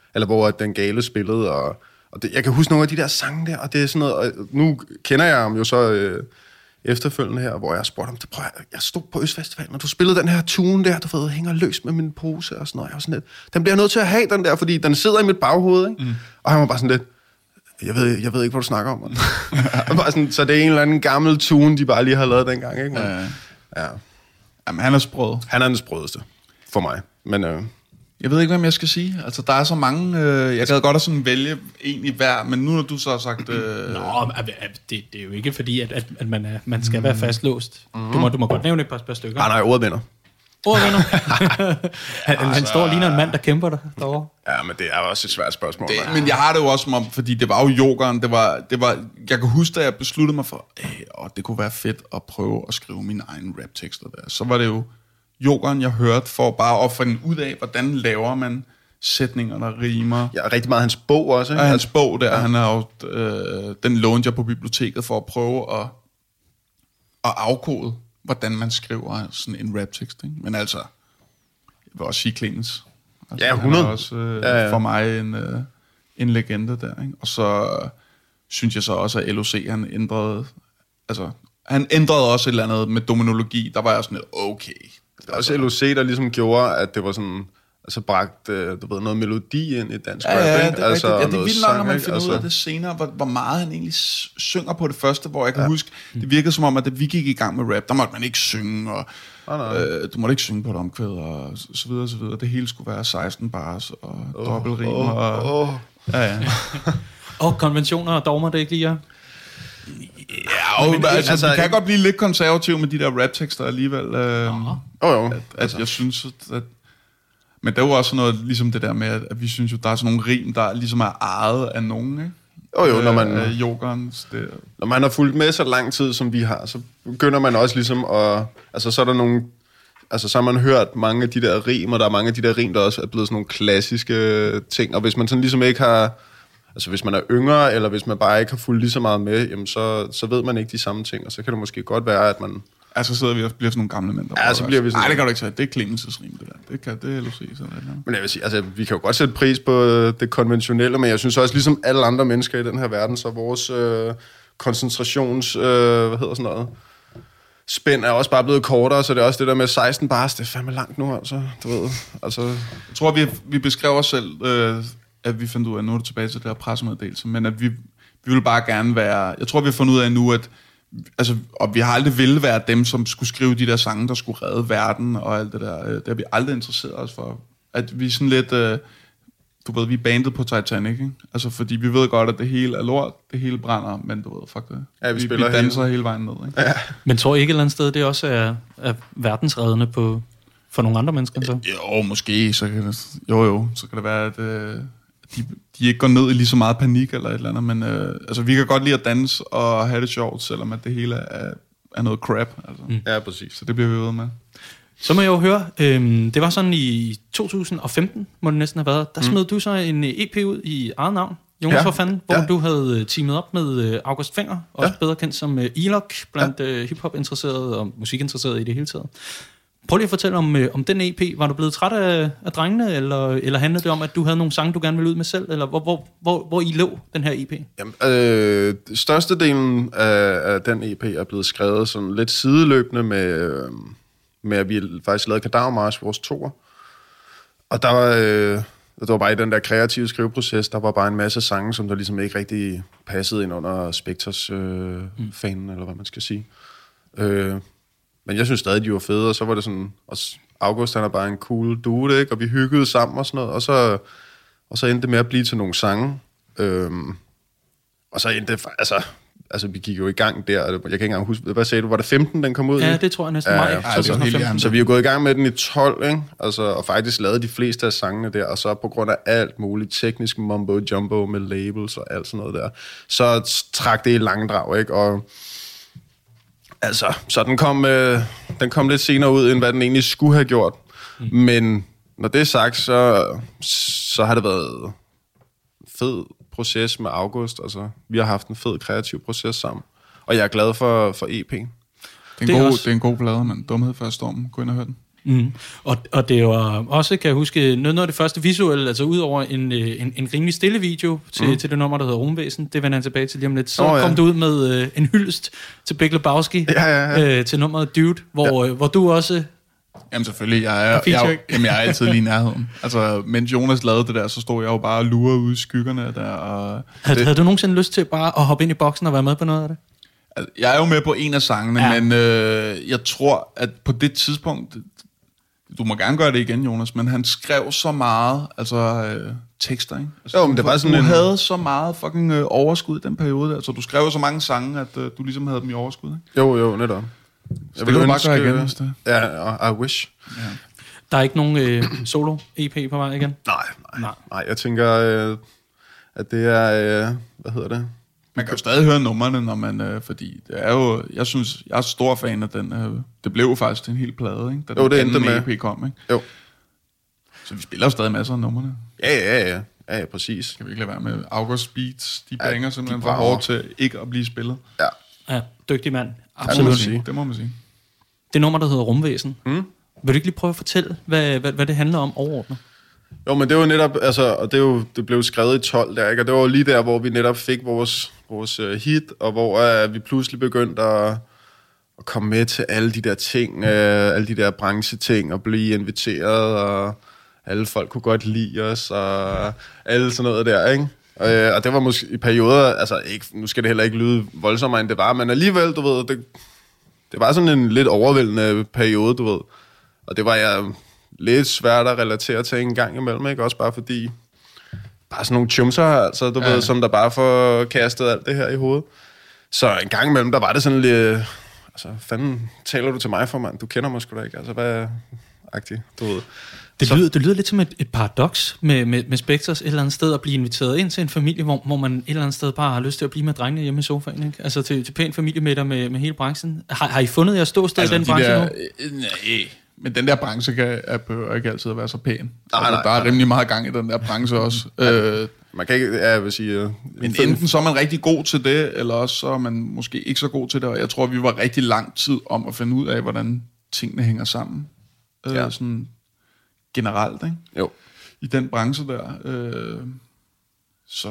Speaker 3: eller hvor Den Gale spillede, og, og det, jeg kan huske nogle af de der sange der, og det er sådan noget, og nu kender jeg ham jo så øh, efterfølgende her, hvor jeg spurgte ham, prøv, jeg, jeg stod på Østfestivalen, og du spillede den her tune der, du ved, hænger løs med min pose og sådan noget, jeg var sådan lidt, den bliver jeg nødt til at have, den der, fordi den sidder i mit baghoved, ikke? Mm. Og han var bare sådan lidt, jeg ved, jeg ved ikke, hvad du snakker om. Bare sådan, så det er en eller anden gammel tune, de bare lige har lavet dengang, ikke? Men,
Speaker 2: Ja.
Speaker 3: ja.
Speaker 2: Jamen, han er sprød.
Speaker 3: Han er den sprødeste for mig, men... Øh,
Speaker 2: Jeg ved ikke, hvem jeg skal sige. Altså, der er så mange... Øh, jeg gad godt at sådan vælge en i hver, men nu når du så har sagt... Øh,
Speaker 4: Nå, det, det er jo ikke fordi, at, at, at man, er, man skal være fastlåst. Mm. Du, må, du må godt nævne et par, par stykker.
Speaker 3: nej, nej, ordet vinder.
Speaker 4: Ordvenner. han, han står og ligner en mand, der kæmper der, derovre.
Speaker 3: Ja, men det er også et svært spørgsmål.
Speaker 2: det, men jeg har det jo også som om, fordi det var jo Jokeren, det var, det var, jeg kan huske, da jeg besluttede mig for, at det kunne være fedt at prøve at skrive mine egne rap-tekster der. Så var det jo Jokeren, jeg hørte, for bare at finde ud af, hvordan laver man sætninger, der rimer.
Speaker 3: Ja, rigtig meget hans bog også, ikke?
Speaker 2: Og hans bog der, ja. Han har jo, øh, den lånte jeg på biblioteket for at prøve at, at afkode, hvordan man skriver sådan en rap-tekst, ikke? Men altså, jeg vil også sige Clemens. Altså,
Speaker 3: Ja, hundrede.
Speaker 2: Han er også øh,
Speaker 3: Ja, ja.
Speaker 2: for mig en, øh, en legende der, ikke? Og så øh, synes jeg så også, at L O C, han ændrede, altså, han ændrede også et eller andet med dominologi. Der var jeg sådan lidt, okay.
Speaker 3: Det er også L O C, der ligesom gjorde, at det var sådan... Altså bragt, du ved, noget melodi ind i dansk
Speaker 2: Ja, ja,
Speaker 3: rap,
Speaker 2: det er
Speaker 3: altså,
Speaker 2: rigtigt. Ja, det er
Speaker 3: noget
Speaker 2: vildt nok, når
Speaker 3: sang,
Speaker 2: man
Speaker 3: ikke?
Speaker 2: finder
Speaker 3: altså,
Speaker 2: ud af det senere, hvor, hvor meget han egentlig s- synger på det første, hvor jeg kan ja. huske, det virkede som om, at da vi gik i gang med rap, der måtte man ikke synge, og
Speaker 3: oh,
Speaker 2: øh, du måtte ikke synge på et omkvæd, og så videre, så videre. Det hele skulle være seksten bars, og oh, dobbeltrim,
Speaker 3: oh,
Speaker 2: og...
Speaker 3: oh.
Speaker 2: Ja, ja.
Speaker 4: Og konventioner og dogmer, det ikke lige er.
Speaker 2: Ja, og, men, altså, altså, vi kan godt blive lidt konservative med de der rap-tekster alligevel. Øh,
Speaker 3: Oh, jo.
Speaker 2: at, at jeg synes, at... at men det er jo også noget, ligesom det der med, at, at vi synes jo, der er sådan nogle rim, der ligesom er ejet af nogen, ikke?
Speaker 3: Jo, jo, når man,
Speaker 2: øh, Jokerens, det,
Speaker 3: når man har fulgt med så lang tid, som vi har, så begynder man også ligesom at... Altså, så er der nogle... Altså, så har man hørt mange af de der rim, og der er mange af de der rim, der også er blevet sådan nogle klassiske ting. Og hvis man sådan ligesom ikke har... Altså, hvis man er yngre, eller hvis man bare ikke har fulgt lige så meget med, jamen, så, så ved man ikke de samme ting. Og så kan det måske godt være, at man...
Speaker 2: altså sidder vi og bliver sådan nogle gamle mænd.
Speaker 3: Ja, så bliver vi sådan...
Speaker 2: Nej, det kan du ikke sige. Det er Clemens' rim, det der. Det kan det er L O C, sådan der.
Speaker 3: Men jeg vil sige, altså, vi kan jo godt sætte pris på øh, det konventionelle, men jeg synes også, ligesom alle andre mennesker i den her verden, så vores øh, koncentrations... Øh, hvad hedder sådan noget? Spænd er også bare blevet kortere, så det er også det der med seksten bars, det er fandme langt nu, altså. Du ved, altså...
Speaker 2: Jeg tror, vi, vi beskrev os selv, øh, at vi fandt ud af, nu er det tilbage til det her pressemeddelelse, men at vi, vi vil bare gerne være... Jeg tror, vi har fundet ud af nu, at altså, og vi har aldrig ville være dem, som skulle skrive de der sange, der skulle redde verden og alt det der. Det har vi aldrig interesseret os for. At vi er sådan lidt, øh, du ved, vi er bandet på Titanic, ikke? Altså, fordi vi ved godt, at det hele er lort, det hele brænder, men du ved, fuck det.
Speaker 3: Ja, vi,
Speaker 2: vi,
Speaker 3: spiller
Speaker 2: vi danser
Speaker 3: hele.
Speaker 2: hele vejen ned, ikke? Ja.
Speaker 4: Men tror I ikke et eller andet sted, det også er, er verdensreddende på, for nogle andre mennesker så?
Speaker 2: Jo, måske, så kan det, jo jo, så kan det være, at øh, de, de ikke går ned i lige så meget panik eller et eller andet, men øh, altså, vi kan godt lide at danse og have det sjovt, selvom at det hele er, er noget crap, altså. Mm.
Speaker 3: Ja, præcis.
Speaker 2: Så det bliver vi ved med.
Speaker 4: Så må jeg jo høre, øhm, det var sådan i to tusind og femten, må det næsten have været, der smed mm. du så en E P ud i eget navn, Jonas
Speaker 2: Ja.
Speaker 4: for fanden, hvor
Speaker 2: Ja.
Speaker 4: du havde teamet op med August Fenger, også
Speaker 2: Ja.
Speaker 4: bedre kendt som uh, E-Lock, blandt ja. uh, hiphop-interesserede og musikinteresserede i det hele taget. Prøv lige at fortælle om, uh, om den E P. Var du blevet træt af, af drengene, eller, eller handlede det om, at du havde nogle sange, du gerne ville ud med selv, eller hvor, hvor, hvor, hvor I lå, den her E P?
Speaker 3: Jamen, øh, størstedelen af, af den E P er blevet skrevet sådan lidt sideløbende med, øh, med at vi faktisk lavede Kadavermarch, vores toer. Og der var, øh, der var bare i den der kreative skriveproces, der var bare en masse sange, som der ligesom ikke rigtig passede ind under Spectres øh, mm. fanen, eller hvad man skal sige. Øh, men jeg synes stadig, de var fede, og så var det sådan... Og August, han er bare en cool dude, ikke? Og vi hyggede sammen og sådan noget, og så, og så endte det med at blive til nogle sange. Øh, og så endte det... Altså, altså, vi gik jo i gang der, og jeg kan ikke engang huske... Hvad sagde du? Var det femten, den kom ud?
Speaker 4: Ja, det tror jeg næsten
Speaker 3: Ja,
Speaker 4: maj
Speaker 3: ja,
Speaker 4: to
Speaker 2: det
Speaker 4: tusind
Speaker 2: var
Speaker 4: og
Speaker 2: helt
Speaker 4: femten.
Speaker 2: hjernen.
Speaker 3: Så vi har gået i gang med den i tolv, ikke? Altså, og faktisk lavet de fleste af sangene der, og så på grund af alt muligt teknisk mumbo-jumbo med labels og alt sådan noget der, så trak det i langdrag, ikke? Og altså, så den kom, øh, den kom lidt senere ud, end hvad den egentlig skulle have gjort. Mm. Men når det er sagt, så, så har det været en fed proces med August. Altså, vi har haft en fed kreativ proces sammen. Og jeg er glad for, for E P'en.
Speaker 2: Det er,
Speaker 4: Det er
Speaker 2: en god,
Speaker 4: også-
Speaker 2: det er en god plade, men dumhed før stormen. Gå ind og hør den.
Speaker 4: Mm. Og, og det var også, kan jeg huske, noget af det første visuelle, altså ud over en, en, en rimelig stille video til, mm. til det nummer, der hedder Rumvæsen, det vender han tilbage til lige om lidt, så oh, ja. kom du ud med øh, en hyldest til Big Lebowski,
Speaker 3: ja, ja, ja.
Speaker 4: Øh, til nummeret Dude, hvor, ja. øh, hvor du også...
Speaker 2: Jamen selvfølgelig, jeg er, jeg, jeg, jamen, jeg er altid lige i nærheden. Altså, mens Jonas lavede det der, så stod jeg jo bare og lurede ude i skyggerne der. Og
Speaker 4: havde,
Speaker 2: det,
Speaker 4: havde du nogensinde lyst til bare at hoppe ind i boksen og være med på noget af det?
Speaker 2: Altså, jeg er jo med på en af sangene, ja. men øh, jeg tror, at på det tidspunkt, du må gerne gøre det igen, Jonas, men han skrev så meget, altså øh, tekster, ikke? Altså,
Speaker 3: jo, men det var sådan
Speaker 2: du
Speaker 3: en...
Speaker 2: havde så meget fucking øh, overskud i den periode, altså du skrev så mange sange, at øh, du ligesom havde dem i overskud, ikke?
Speaker 3: Jo, jo, netop.
Speaker 2: Jeg vil bare gøre igen, hvis det.
Speaker 3: Ja, I wish. Ja.
Speaker 4: Der er ikke nogen øh, solo-E P på vej igen?
Speaker 3: Nej, nej, nej. nej jeg tænker, øh, at det er, øh, hvad hedder det?
Speaker 2: Man kan jo stadig høre numrene, når man, øh, fordi det er jo, jeg synes, jeg er stor fan af den, øh, det blev jo faktisk en hel plade, ikke? Da
Speaker 3: jo,
Speaker 2: den
Speaker 3: det endte med.
Speaker 2: E P kom, ikke?
Speaker 3: Jo.
Speaker 2: Så vi spiller jo stadig masser af numrene.
Speaker 3: Ja, ja, ja, ja, ja, præcis.
Speaker 2: Kan vi ikke lade være med August Beats, de banger
Speaker 3: ja,
Speaker 2: simpelthen for hårdt til ikke at blive spillet.
Speaker 3: Ja.
Speaker 4: Ja, dygtig mand.
Speaker 2: Absolut. Det må man sige. Det må man sige.
Speaker 4: Det nummer, der hedder Rumvæsen.
Speaker 3: Mm.
Speaker 4: Vil du ikke lige prøve at fortælle, hvad, hvad, hvad det handler om overordnet?
Speaker 3: Jo, men det var netop, altså, og det, er jo, det blev skrevet i tolv der, ikke? Og det var lige der, hvor vi netop fik vores, vores uh, hit, og hvor uh, vi pludselig begyndte at, at komme med til alle de der ting, uh, alle de der brancheting, og blive inviteret, og alle folk kunne godt lide os, og alle sådan noget der, ikke? Og, og det var måske i perioder, altså ikke, nu skal det heller ikke lyde voldsommere, end det var, men alligevel, du ved, det, det var sådan en lidt overvældende periode, du ved. Og det var jeg lidt svært at relatere til en gang imellem, ikke? Også bare fordi, bare sådan nogle chumser, altså, du ja. ved, som der bare får kastet alt det her i hovedet. Så en gang imellem, der var det sådan lidt, altså, fanden taler du til mig for, mand? Du kender mig sgu da ikke, altså, hvad er agtigt, du ved.
Speaker 4: Det
Speaker 3: så,
Speaker 4: lyder, det lyder lidt som et, et paradoks med, med, med Spectres et eller andet sted at blive inviteret ind til en familie, hvor, hvor man et eller andet sted bare har lyst til at blive med drengene hjemme i sofaen, ikke? Altså til, til pæn familiemiddag med, med hele branchen. Har, har I fundet jer ståsted altså, i den de branche
Speaker 2: der,
Speaker 4: nu?
Speaker 2: Nej, men den der branche kan, er, behøver ikke altid at være så pæn. Nej, altså,
Speaker 3: nej,
Speaker 2: der er
Speaker 3: nej.
Speaker 2: rimelig meget gang i den der branche også. øh,
Speaker 3: man kan ikke, ja, jeg vil sige... Uh,
Speaker 2: men enten så er man rigtig god til det, eller også så er man måske ikke så god til det, og jeg tror, vi var rigtig lang tid om at finde ud af, hvordan tingene hænger sammen. Øh, ja. Sådan generelt, ikke?
Speaker 3: Jo.
Speaker 2: I den branche der. Øh, så...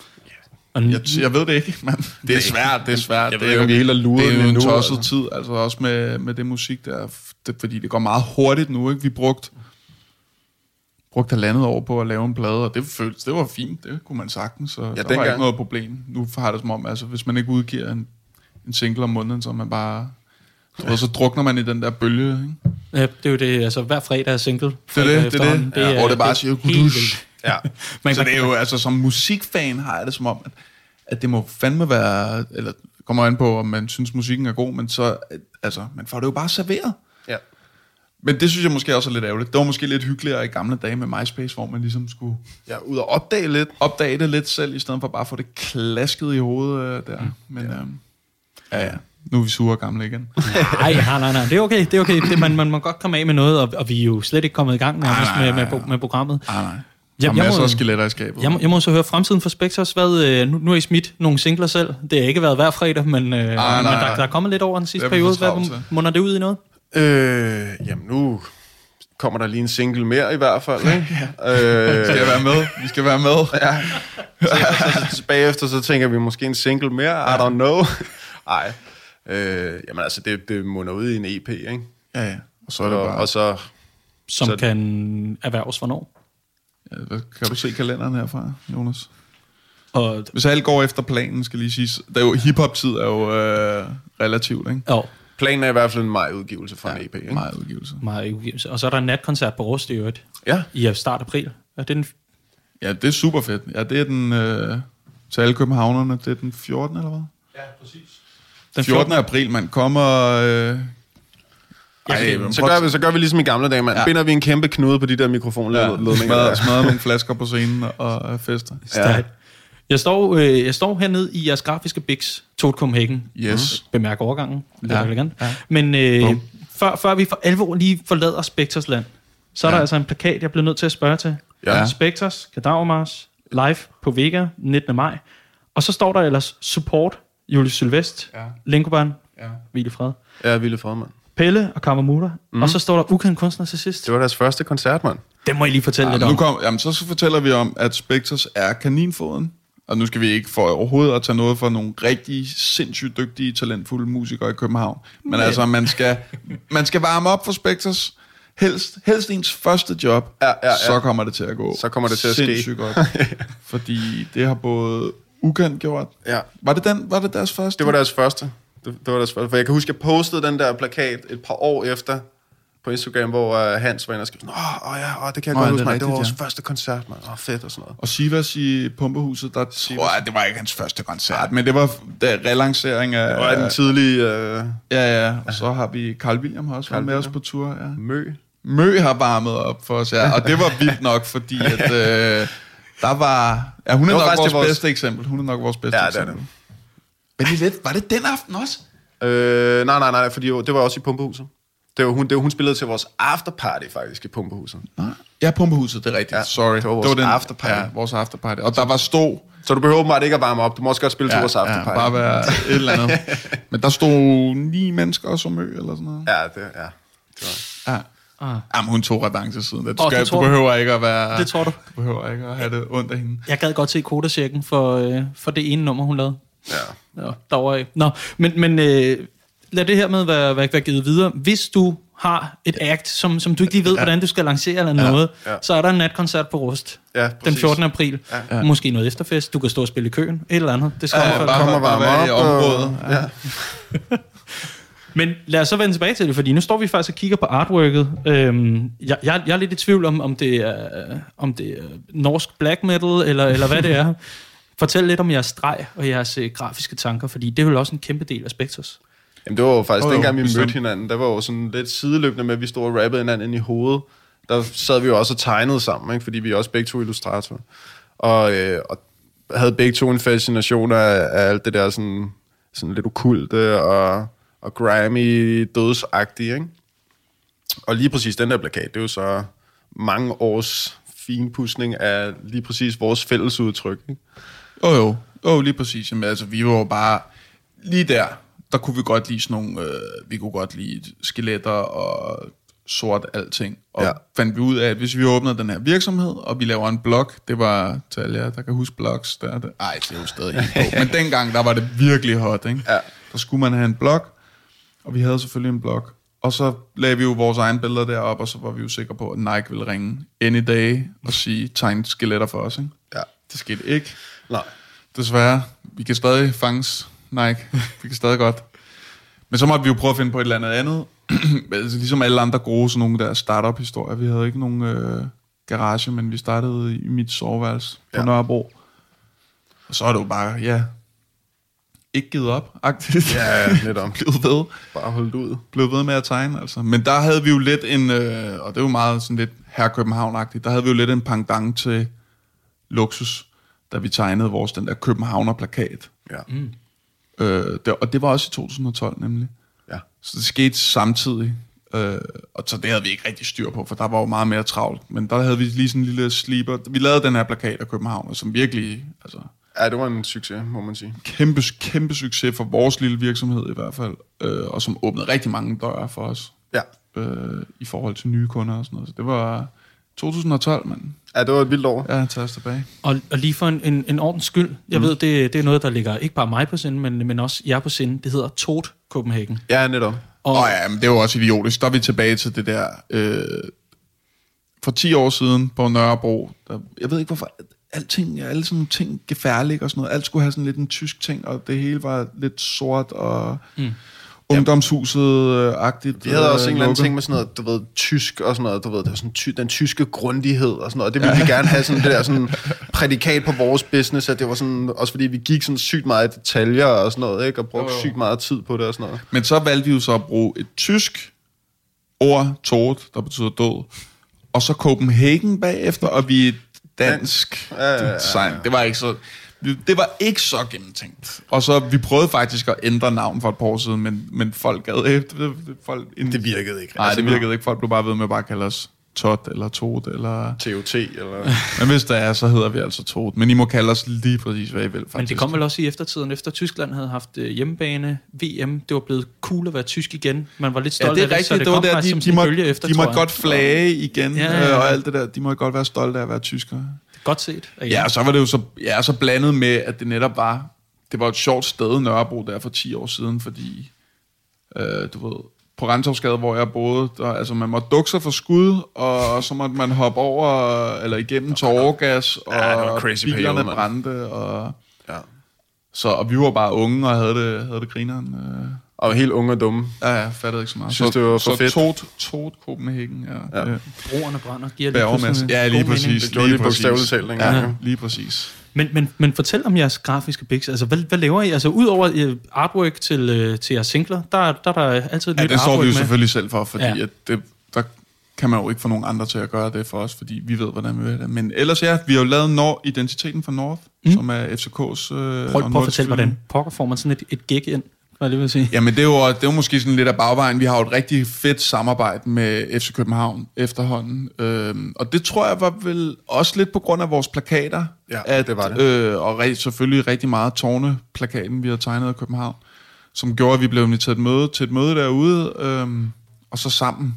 Speaker 3: Yeah.
Speaker 2: Jeg, jeg ved det ikke, men det er svært, det er svært.
Speaker 3: Jeg
Speaker 2: det
Speaker 3: ved
Speaker 2: er
Speaker 3: ikke, om vi helt er luret
Speaker 2: Det er jo en
Speaker 3: nu,
Speaker 2: tosset
Speaker 3: altså.
Speaker 2: tid, altså også med, med det musik der, det, fordi det går meget hurtigt nu, ikke? Vi brugte brugt halvandet år på at lave en plade, og det føltes, det var fint, det kunne man sagtens, så ja, der var gang. ikke noget problem. Nu har det som om, altså hvis man ikke udgiver en, en single om måneden, så man bare, så, så drukner man i den der bølge, ikke?
Speaker 4: Ja, det er jo det, altså hver fredag er single.
Speaker 2: Det er det, det er det.
Speaker 4: det
Speaker 2: ja,
Speaker 4: er,
Speaker 2: hvor det bare siger, kudush. Ja.
Speaker 4: Man
Speaker 2: så det er jo, altså som musikfan har jeg det som om, at, at det må fandme være, eller kommer an på, om man synes musikken er god, men så, altså, man får det jo bare serveret.
Speaker 3: Ja.
Speaker 2: Men det synes jeg måske også er lidt ærgerligt. Det var måske lidt hyggeligere i gamle dage med MySpace, hvor man ligesom skulle
Speaker 3: ja, ud og opdage lidt.
Speaker 2: Opdage det lidt selv, i stedet for bare at få det klasket i hovedet øh, der. Mm. Men ja. Øhm, ja, ja. Nu er vi sure gamle igen.
Speaker 4: Nej, nej, nej, nej. Det er okay. Det er okay. Det, man, man må godt komme af med noget, og, og vi er jo slet ikke kommet i gang nærmest med, med, med, med programmet.
Speaker 2: Nej, nej.
Speaker 4: Der er
Speaker 2: masser af skeletter i skabet.
Speaker 4: Jeg må, jeg må så høre fremtiden for Spectres. Hvad, nu, nu er I smidt nogle singler selv. Det har ikke været hver fredag, men, Ej, nej, men der, der er kommet lidt over den sidste periode. Hvad munder det ud i noget?
Speaker 3: Øh, jamen nu kommer der lige en single mere i hvert fald, ikke? øh,
Speaker 2: skal jeg være med? Vi skal være med.
Speaker 3: Ja. Så, så, så bagefter så tænker vi måske en single mere. I don't know. Ej. Øh, jamen altså, det, det munder ud i en E P, ikke?
Speaker 2: Ja, ja. Og så er det bare...
Speaker 3: Og så,
Speaker 4: som
Speaker 3: så,
Speaker 4: kan erhverves hvornår?
Speaker 2: Ja, kan du se kalenderen herfra, Jonas?
Speaker 4: Og
Speaker 2: hvis alt går efter planen, skal lige sige... Der er jo, hiphop-tid er jo øh, relativt, ikke?
Speaker 4: Jo.
Speaker 3: Planen er i hvert fald en maj-udgivelse fra ja, en E P, ikke?
Speaker 2: Maj-udgivelse.
Speaker 4: Maj-udgivelse. Og så er der en natkoncert på Rust i øvrigt.
Speaker 2: Ja.
Speaker 4: I start april. Er det den...
Speaker 2: Ja, det er super fedt. Ja, det er den... Øh, til alle københavnerne, det er den fjortende eller hvad?
Speaker 3: Ja, præcis.
Speaker 2: Den fjortende april, man kommer... Øh,
Speaker 3: Ej, så, gør vi, så gør vi ligesom i gamle dage, man. Ja. Binder vi en kæmpe knude på de der mikrofonledninger.
Speaker 2: Ja, smadrer, smadrer nogle flasker på scenen og fester.
Speaker 4: Ja. Jeg står, øh, jeg står hernede i jeres grafiske biks, Toad Copenhagen.
Speaker 2: Yes.
Speaker 4: Bemærk overgangen. Lidt
Speaker 2: ja.
Speaker 4: elegant. Ja. Men øh, før, før vi for alvor lige forlader Spectres land, så er ja. der altså en plakat, jeg bliver nødt til at spørge til.
Speaker 2: Ja.
Speaker 4: Spectres, Kadavermars, live på Vega, nittende maj. Og så står der ellers support, Julius Sylvest, ja. Linkoban, ja. Hvile Fred.
Speaker 3: Ja, Hvile Fred, mand.
Speaker 4: Pelle og Kammermutter, mm. og så står der ukendt kunstner til sidst.
Speaker 3: Det var deres første koncert, mand.
Speaker 4: Det må I lige fortælle
Speaker 2: ja,
Speaker 4: lidt
Speaker 2: nu
Speaker 4: om.
Speaker 2: kom, jamen, så, så fortæller vi om, at Spectres er kaninfoden. Og nu skal vi ikke for overhovedet at tage noget fra nogle rigtig sindssygt dygtige, talentfulde musikere i København. Men Nej. altså, man skal, man skal varme op for Spectres. Helst, helst ens første job, ja, ja, ja. så kommer det til at gå
Speaker 3: så kommer det til at ske.
Speaker 2: Sindssygt godt. Fordi det har både ukendt gjort.
Speaker 3: Ja.
Speaker 2: Var det, den, var det deres første?
Speaker 3: Det var deres første. Det, det var deres første. For jeg kan huske, jeg postede den der plakat et par år efter på Instagram, hvor uh, Hans var inde og skrev, åh, oh, ja, oh, det kan jeg
Speaker 2: Nå,
Speaker 3: godt
Speaker 2: ja,
Speaker 3: huske mig.
Speaker 2: rigtigt,
Speaker 3: Det var vores
Speaker 2: ja.
Speaker 3: første koncert, man. Åh, oh, fedt og sådan noget.
Speaker 2: Og Sivas i Pumpehuset, der Sivas. tror jeg, det var ikke hans første koncert, men det var der relancering af...
Speaker 3: Det var den tidlige... Uh...
Speaker 2: Ja, ja, og så har vi Carl William har også været med os på tur. Ja.
Speaker 3: Mø.
Speaker 2: Mø har varmet op for os, ja. Og det var vildt nok, fordi at, øh, der var... Ja, hun er nok vores, vores bedste eksempel. Hun er nok vores bedste
Speaker 3: ja,
Speaker 2: eksempel.
Speaker 3: Det
Speaker 2: Men det lidt, var det den aften også?
Speaker 3: Øh, nej, nej, nej, fordi jo, det var også i Pumpehuset. Det var hun, det var, hun spillede til vores afterparty faktisk i Pumpehuset.
Speaker 2: Nej. Ja, Pumpehuset, det er rigtigt. Ja, Sorry.
Speaker 3: Det var vores
Speaker 2: det var den,
Speaker 3: afterparty.
Speaker 2: Ja, vores afterparty. Og der var stå...
Speaker 3: Så du behøver åbenbart ikke at varme op. Du må også godt spille ja, til vores afterparty.
Speaker 2: Ja, bare være et eller andet. Men der stod ni mennesker som Mø, eller sådan noget.
Speaker 3: Ja, det, ja. Det var...
Speaker 2: Ja. Ah. Jamen, hun tog revanche siden. Det,
Speaker 4: oh,
Speaker 2: skal,
Speaker 4: det
Speaker 2: du behøver ikke at være...
Speaker 4: Det tror du.
Speaker 2: Du behøver ikke at have det ondt af hende.
Speaker 4: Jeg gad godt se kodasjekken for, øh, for det ene nummer, hun lavede.
Speaker 3: Ja.
Speaker 4: Ja, derovre. Nå, men, men øh, lad det her med være, være, være givet videre. Hvis du har et act, som, som du ikke lige ved, ja. hvordan du skal lancere eller noget, ja. Ja. så er der en natkoncert på Rust
Speaker 3: ja,
Speaker 4: den fjortende april.
Speaker 3: Ja. Ja.
Speaker 4: Måske noget efterfest. Du kan stå og spille i køen. Et eller andet. Det skal
Speaker 2: ja,
Speaker 4: ja,
Speaker 2: bare komme og varme op i området. Og... Ja.
Speaker 4: Men lad os så vende tilbage til det, fordi nu står vi faktisk og kigger på artworket. Øhm, jeg, jeg, jeg er lidt i tvivl om, om det er, om det er norsk black metal, eller, eller hvad det er. Fortæl lidt om jeres streg og jeres øh, grafiske tanker, fordi det er vel også en kæmpe del af Spectres.
Speaker 3: Jamen det var jo faktisk, oh, dengang vi
Speaker 2: bestemt.
Speaker 3: mødte hinanden, der var jo sådan lidt sideløbende med, at vi stod og rappede hinanden ind i hovedet. Der sad vi jo også og tegnede sammen, ikke? Fordi vi er også begge to illustratorer. Og, øh, og havde begge to en fascination af, af alt det der sådan, sådan lidt okkulte og, og grimy, dødsagtige, ikke? Og lige præcis den der plakat, det er jo så mange års finpudsning af lige præcis vores fælles udtryk, ikke?
Speaker 2: Jo jo, jo lige præcis. Jamen, altså, vi var jo bare lige der, der kunne vi godt lide sådan nogle, øh, vi kunne godt lide skeletter og sort alting. Og ja. fandt vi ud af, at hvis vi åbner den her virksomhed, og vi laver en blog, det var til alle jer, der kan huske blogs, der, der ej, det er jo stadig helt på. Men dengang, der var det virkelig hot, ikke?
Speaker 3: Ja.
Speaker 2: Der skulle man have en blog, og vi havde selvfølgelig en blog. Og så lagde vi jo vores egne billeder derop, og så var vi jo sikre på, at Nike ville ringe any day og sige, tegn skeletter for os, ikke?
Speaker 3: Ja.
Speaker 2: Det skete ikke.
Speaker 3: Nej.
Speaker 2: Desværre. Vi kan stadig fanges, Nike. Vi kan stadig godt. Men så måtte vi jo prøve at finde på et eller andet andet. Altså, ligesom alle andre gode, sådan nogle der startup-historier. Vi havde ikke nogen øh, garage, men vi startede i mit soveværelse på ja. Nørrebro. Og så er det jo bare, ja, ikke givet op, aktivt.
Speaker 3: Ja, lidt om.
Speaker 2: Blevet ved.
Speaker 3: Bare holdt ud.
Speaker 2: Blevet ved med at tegne, altså. Men der havde vi jo lidt en, øh, og det var meget sådan lidt her København-agtigt, der havde vi jo lidt en pendant til luksus, da vi tegnede vores, den der Københavner-plakat.
Speaker 3: Ja.
Speaker 2: Mm. Øh, det, og det var også i to tusind og tolv, nemlig.
Speaker 3: Ja.
Speaker 2: Så det skete samtidig. Øh, og så det havde vi ikke rigtig styr på, for der var jo meget mere travlt. Men der havde vi lige sådan en lille sleeper. Vi lavede den her plakat af København, som virkelig, altså...
Speaker 3: Ja, det var en succes, må man sige.
Speaker 2: Kæmpe, kæmpe succes for vores lille virksomhed i hvert fald. Øh, og som åbnede rigtig mange døre for os.
Speaker 3: Ja.
Speaker 2: Øh, I forhold til nye kunder og sådan noget. Så det var to tusind og tolv, mand.
Speaker 3: Ja, det var et vildt år.
Speaker 2: Ja, tager os tilbage.
Speaker 4: Og, og lige for en, en, en ordens skyld, jeg mm. ved, det, det er noget, der ligger ikke bare mig på sinde, men, men også jer på sinde. Det hedder Toad Copenhagen.
Speaker 3: Ja, netop.
Speaker 2: Og oh, ja, men det er jo også idiotisk. Der er vi tilbage til det der... Øh, for ti år siden på Nørrebro, der, jeg ved ikke hvorfor... Alting, alle sådan nogle ting, gefærlige og sådan noget. Alt skulle have sådan lidt en tysk ting, og det hele var lidt sort og mm. ungdomshuset-agtigt.
Speaker 3: Vi havde også
Speaker 2: øh,
Speaker 3: en eller anden ting med sådan noget, du ved, tysk og sådan noget, du ved, det var sådan ty- den tyske grundighed og sådan noget. Det ville ja. vi gerne have sådan det der sådan prædikat på vores business, at det var sådan, også fordi vi gik sådan sygt meget i detaljer og sådan noget, ikke? Og brugte sygt meget tid på det og sådan noget.
Speaker 2: Men så valgte vi jo så at bruge et tysk ord, Tod, der betyder død, og så Copenhagen bagefter, og vi dansk ja, ja, ja. design. Det var ikke så det var ikke så gennemtænkt. Og så vi prøvede faktisk at ændre navn for et par år siden, men men folk gad efter det folk
Speaker 3: det virkede ikke.
Speaker 2: Nej, altså, det virkede ikke. Folk blev bare ved med at bare kalde os Tot eller Tot, eller...
Speaker 3: T O T, eller...
Speaker 2: Men hvis der er, så hedder vi altså Tot. Men I må kalde os lige præcis, hvad I vil, faktisk.
Speaker 4: Men det kom vel også i eftertiden, efter Tyskland havde haft hjemmebane, V M. Det var blevet cool at være tysk igen. Man var lidt stolt
Speaker 2: ja,
Speaker 4: af det,
Speaker 2: rigtigt.
Speaker 4: så det,
Speaker 2: det
Speaker 4: kom
Speaker 2: der,
Speaker 4: faktisk
Speaker 2: de,
Speaker 4: som
Speaker 2: de, må,
Speaker 4: bølge efter,
Speaker 2: de må godt flage igen, ja, ja, ja. og alt det der. De må godt være stolte af at være tyskere.
Speaker 4: Godt set. Ja,
Speaker 2: ja, og så var det jo så, ja, så blandet med, at det netop var... Det var et sjovt sted, Nørrebro, der for ti år siden, fordi... Øh, du ved... På Renshavsgade, hvor jeg boede, der, altså man måtte dukke sig for skud, og så måtte man hoppe over, eller igennem tåregas, og
Speaker 3: ja,
Speaker 2: bilerne
Speaker 3: pale,
Speaker 2: brændte, og...
Speaker 3: Ja.
Speaker 2: Så, og vi var bare unge, og havde det, havde det grineren. Øh.
Speaker 3: Og helt unge og dumme.
Speaker 2: Ja, ja, fattede ikke så meget.
Speaker 3: Jeg synes,
Speaker 2: så,
Speaker 3: det var for
Speaker 2: så
Speaker 3: fedt.
Speaker 2: Tot, Tot Copenhagen, ja.
Speaker 3: Ja.
Speaker 2: ja.
Speaker 4: Broerne brænder, giver lige pludselig.
Speaker 2: Ja, lige præcis.
Speaker 3: Det gjorde lige bogstaveligt talt,
Speaker 2: ja, ja, lige præcis.
Speaker 4: Men, men, men fortæl om jeres grafiske biks. Altså, hvad, hvad laver I? Altså, udover uh, artwork til, uh, til jeres singler, der, der er der altid
Speaker 2: ja,
Speaker 4: nyt artwork med.
Speaker 2: det står vi jo selvfølgelig selv for, fordi
Speaker 4: ja.
Speaker 2: at det, der kan man jo ikke få nogen andre til at gøre det for os, fordi vi ved, hvordan vi vil det. Men ellers ja, vi har jo lavet Nord, Identiteten for North, mm. som er F C K's... Øh,
Speaker 4: prøv, prøv at fortælle, hvordan pokker får man sådan et, et gig ind, hvad jeg lige vil sige.
Speaker 2: Jamen, det er, jo, det er jo måske sådan lidt af bagvejen. Vi har jo et rigtig fedt samarbejde med F C København efterhånden. Øhm, og det tror jeg var vel også lidt på grund af vores plakater.
Speaker 3: Ja,
Speaker 2: at,
Speaker 3: det var det.
Speaker 2: Øh, og re- selvfølgelig rigtig meget Tårne-plakaten, vi har tegnet af København, som gjorde, at vi blev inviteret til et møde, til et møde derude. Øhm, og så sammen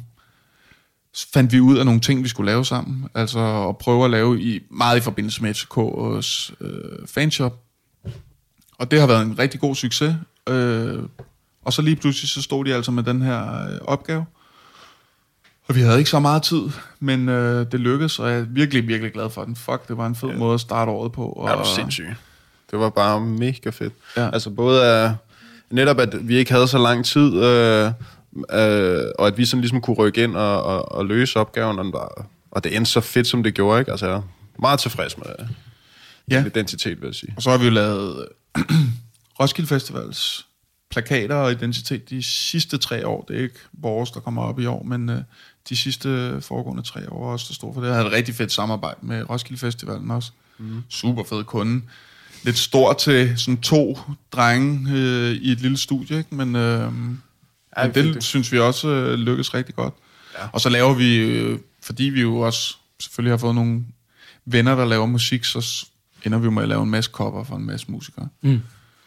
Speaker 2: fandt vi ud af nogle ting, vi skulle lave sammen. Altså at prøve at lave i, meget i forbindelse med F C K's øh, fanshop. Og det har været en rigtig god succes. Øh, og så lige pludselig, så stod de altså med den her øh, opgave. Og vi havde ikke så meget tid, men øh, det lykkedes, og jeg er virkelig, virkelig glad for den. Fuck, det var en fed ja. måde at starte året på. Og,
Speaker 3: ja, det var sindssygt. Det var bare mega fedt.
Speaker 2: Ja.
Speaker 3: Altså både af, netop, at vi ikke havde så lang tid, øh, øh, og at vi sådan ligesom kunne rykke ind og, og, og løse opgaven, og, var, og det endte så fedt, som det gjorde, ikke? Altså, jeg er meget tilfreds med ja. identitet, vil jeg sige.
Speaker 2: Og så har vi jo lavet Roskilde Festivals plakater og identitet de sidste tre år. Det er ikke vores, der kommer op i år, men øh, de sidste foregående tre år også, der stod for det. Jeg havde et rigtig fedt samarbejde med Roskilde Festivalen også. Mm. Super fed kunde. Lidt stor til sådan to drenge øh, i et lille studie, ikke? Men, øh, ja, men det, det synes vi også øh, lykkes rigtig godt. Ja. Og så laver vi, øh, fordi vi jo også selvfølgelig har fået nogle venner, der laver musik, så ender vi med at lave en masse cover for en masse musikere.
Speaker 4: Mm.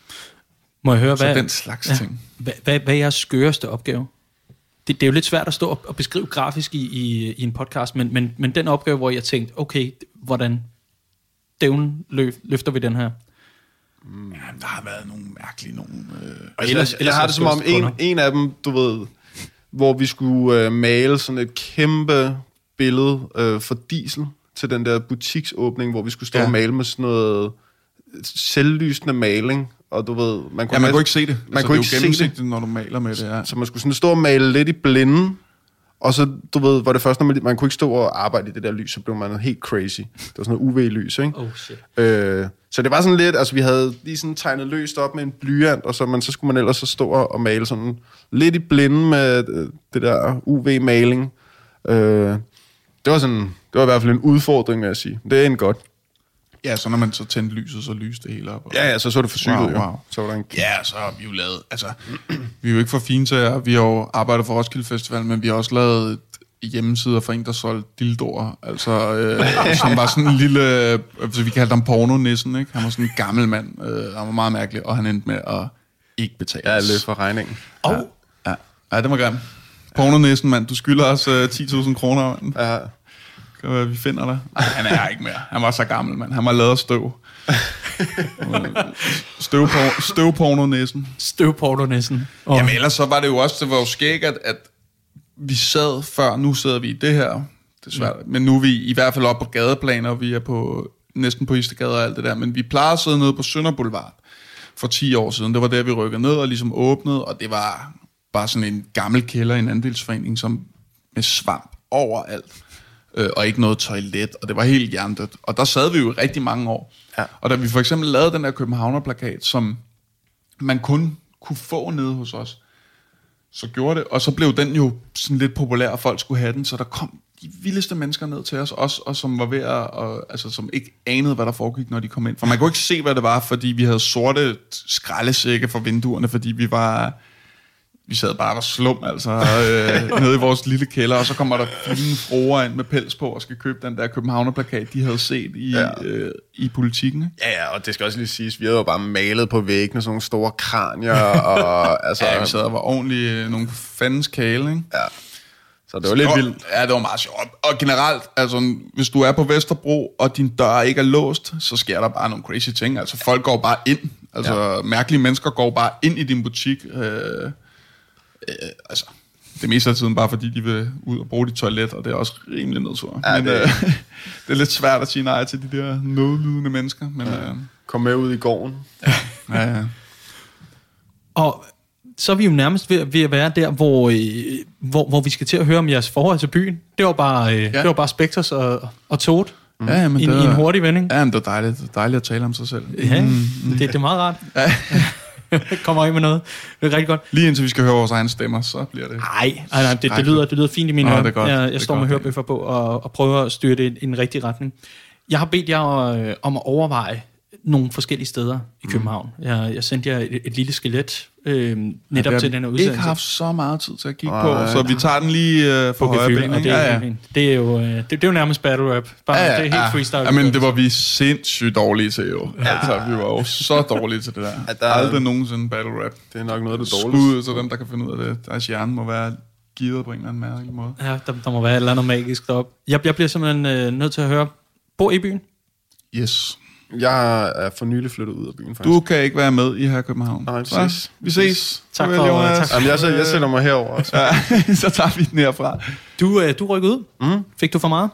Speaker 4: Må jeg høre,
Speaker 2: så
Speaker 4: hvad,
Speaker 2: den slags
Speaker 4: ja,
Speaker 2: ting.
Speaker 4: Hvad, hvad, hvad er jeres skøreste opgave? Det, det er jo lidt svært at stå og, og beskrive grafisk i, i, i en podcast, men, men, men den opgave, hvor jeg tænkte, okay, hvordan dævnen løf, løfter vi den her?
Speaker 2: Mm. Ja, der har været nogle mærkelige nogle... Øh...
Speaker 3: Altså, ellers, jeg, jeg har det som om, en, en af dem, du ved, hvor vi skulle øh, male sådan et kæmpe billede øh, for Diesel til den der butiksåbning, hvor vi skulle stå ja. og male med sådan noget selvlysende maling. Og du ved, man kunne,
Speaker 2: ja, man kunne ikke se det.
Speaker 3: Man
Speaker 2: altså,
Speaker 3: kunne
Speaker 2: det
Speaker 3: ikke se det,
Speaker 2: når du maler med det. Ja.
Speaker 3: Så man skulle sådan stå og male lidt i blinden, og så, du ved, var det først, når man, man kunne ikke stå og arbejde i det der lys, så blev man helt crazy. Det var sådan noget U V-lys, ikke?
Speaker 4: Oh, shit.
Speaker 3: Øh, så det var sådan lidt, altså vi havde lige sådan tegnet løst op med en blyant, og så, man, så skulle man ellers så stå og male sådan lidt i blinden med det der U V-maling. Øh, det var sådan, det var i hvert fald en udfordring, vil jeg sige. Det er en godt.
Speaker 2: Ja, så når man så tændte lyset, så lyste det hele op. Og...
Speaker 3: Ja, ja, så så det for sygt
Speaker 2: wow,
Speaker 3: ud, jo.
Speaker 2: Wow.
Speaker 3: Så var der en...
Speaker 2: Ja, så har vi jo lavet... Altså, vi er jo ikke for fine til at... Vi har jo arbejdet for Roskilde Festival, men vi har også lavet hjemmesider for en, der solgte dildoer. Altså, øh, som var sådan en lille... Altså, vi kaldte ham porno-nissen, ikke? Han var sådan en gammel mand. Øh, han var meget mærkelig, og han endte med at ikke betale.
Speaker 3: Ja, løb for regningen.
Speaker 2: Oh. Ja, ja. ja, det var grimt. Porno-nissen, mand. Du skylder os øh, ti tusind kroner, mand. Ja. Kan være, vi finder dig. Han er ikke mere. Han var så gammel, mand. Han var lavet af støv. Støvporno, støvporno-næsen.
Speaker 4: Støvporno-næsen.
Speaker 2: Oh. Jamen ellers så var det jo også, det var jo skægt, at, at vi sad før, nu sidder vi i det her, det er svært, mm. men nu er vi i hvert fald oppe på gadeplaner, og vi er på, næsten på Istegade og alt det der, men vi plejede at sidde nede på Sønder Boulevard for ti år siden. Det var der, vi rykkede ned og ligesom åbnede, og det var bare sådan en gammel kælder i en andelsforening, som med svamp overalt. Og ikke noget toilet, og det var helt hjernedødt. Og der sad vi jo rigtig mange år. Ja. Og da vi for eksempel lavede den der Københavner-plakat, som man kun kunne få nede hos os, så gjorde det, og så blev den jo sådan lidt populær, og folk skulle have den, så der kom de vildeste mennesker ned til os, også, og som var ved at, og, altså som ikke anede, hvad der foregik, når de kom ind. For man kunne ikke se, hvad det var, fordi vi havde sorte skraldesække for vinduerne, fordi vi var... vi sad bare der slum, altså, øh, nede i vores lille kælder, og så kommer der fine fruer ind med pels på og skal købe den der Københavner-plakat, de havde set i, ja. øh, i Politikken. Ikke?
Speaker 3: Ja, ja, og det skal også lige siges, vi havde jo bare malet på væggene sådan nogle store kranier, og altså...
Speaker 2: Ja, vi sad og var ordentligt nogle fandens kæle, ikke?
Speaker 3: Ja. Så det var lidt vildt.
Speaker 2: Ja, det var meget sjovt. Og generelt, altså, hvis du er på Vesterbro, og din dør ikke er låst, så sker der bare nogle crazy ting. Altså, folk går bare ind. Altså, ja. Mærkelige mennesker går bare ind i din butik. Øh, øh, altså, det meste af tiden bare fordi, de vil ud og bruge dit toilet, og det er også rimelig nedtur. Ja, men det... Øh, det er lidt svært at sige nej til de der nødlidende mennesker. Men, ja. øh,
Speaker 3: Kom med ud i gården.
Speaker 2: Ja, ja.
Speaker 4: Og så er vi jo nærmest ved, ved at være der, hvor, øh, hvor, hvor vi skal til at høre om jeres forhold til byen. Det var bare, øh, ja. det var bare Spectres og, og Toad
Speaker 2: mm. ja, men
Speaker 4: i,
Speaker 2: det
Speaker 4: i en hurtig vending.
Speaker 2: Ja, men det er dejligt, det er dejligt at tale om sig selv.
Speaker 4: Ja, mm. det, det er meget rart. Ja. Kommer ind med noget. Det er rigtig godt.
Speaker 2: Lige indtil vi skal høre vores egne stemmer, så bliver det...
Speaker 4: Nej, nej, nej det, det, lyder, det lyder fint i mine ører. Jeg, jeg står
Speaker 2: godt,
Speaker 4: med hørebøffer på og, og prøver at styre det i en rigtig retning. Jeg har bedt jer øh, om at overveje nogle forskellige steder i København. Jeg, jeg sendte jer et, et lille skelet øh, netop ja, til den her udsendelse.
Speaker 2: Jeg har ikke haft så meget tid til at kigge på, så vi tager den lige øh, for højre ben.
Speaker 4: Det, ja, ja. det, er jo, øh, det, det er jo nærmest battle rap. Bare, ja, ja, det er helt ja. freestyle.
Speaker 2: Ja, men det var vi sindssygt dårlige til jo. Ja. Altså, vi var jo så dårlige til det der. Ja, der aldrig nogensinde battle rap.
Speaker 3: Det er nok noget af det dårlige.
Speaker 2: Skud til dem, der kan finde ud af det. Deres hjerne må være givet på en eller anden mærkelig måde.
Speaker 4: Ja, der, der må være et eller andet magisk deroppe. Jeg, jeg bliver simpelthen øh, nødt til at høre. Bor i byen?
Speaker 2: Yes.
Speaker 3: Jeg er for nylig flyttet ud af byen, faktisk.
Speaker 2: Du kan ikke være med i her København.
Speaker 3: Nej, præcis.
Speaker 2: Vi ses.
Speaker 4: Tak for,
Speaker 2: Jonas.
Speaker 4: tak for
Speaker 3: Jamen, jeg, jeg sætter mig herover også.
Speaker 2: Ja, så tager vi den herfra.
Speaker 4: Du, øh, du rykkede ud. Mm. Fik du for meget?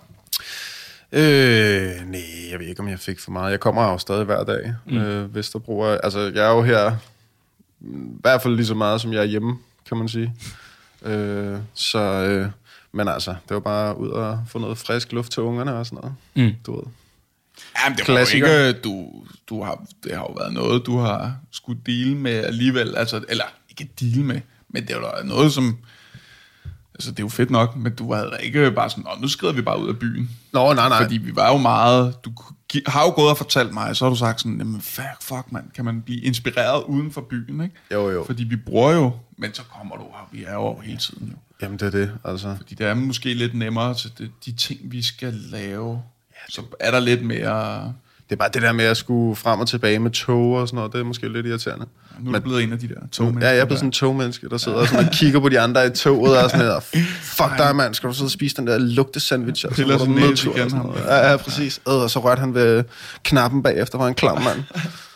Speaker 3: Øh, nej, jeg ved ikke, om jeg fik for meget. Jeg kommer jo stadig hver dag. Mm. Øh, Vesterbro er, altså, jeg er jo her i hvert fald lige så meget, som jeg er hjemme, kan man sige. øh, så, øh, men altså, det var bare ud og få noget frisk luft til ungerne og sådan noget. Mm. Du ved.
Speaker 2: Jamen, det var jo ikke, du, du har, det har jo været noget, du har skulle deale med alligevel, altså, eller ikke deale med, men det var noget, som, altså, det er jo fedt nok, men du havde da ikke bare sådan, nu skrider vi bare ud af byen.
Speaker 3: Nå, nej, nej.
Speaker 2: Fordi vi var jo meget, du har jo gået og fortalt mig, så har du sagt sådan, jamen, fuck, fuck, man, kan man blive inspireret uden for byen, ikke?
Speaker 3: Jo, jo.
Speaker 2: Fordi vi bruger jo, men så kommer du her, vi er jo hele tiden jo.
Speaker 3: Jamen, det er det, altså. Fordi
Speaker 2: det er måske lidt nemmere til det, de ting, vi skal lave. Så er der lidt mere...
Speaker 3: Det er bare det der med at skulle frem og tilbage med tog og sådan noget, det er måske lidt irriterende.
Speaker 2: Ja, nu er du blevet en af de der togmennesker.
Speaker 3: Ja, jeg er blevet sådan en togmenneske, der sidder og, sådan og kigger på de andre i toget og sådan noget. Fuck dig, mand, skal du sidde og spise den der lugtesandwich? Og
Speaker 2: så sådan noget igen ham.
Speaker 3: Ja, ja, præcis. Og så rørte han ved knappen bagefter, var en klam mand.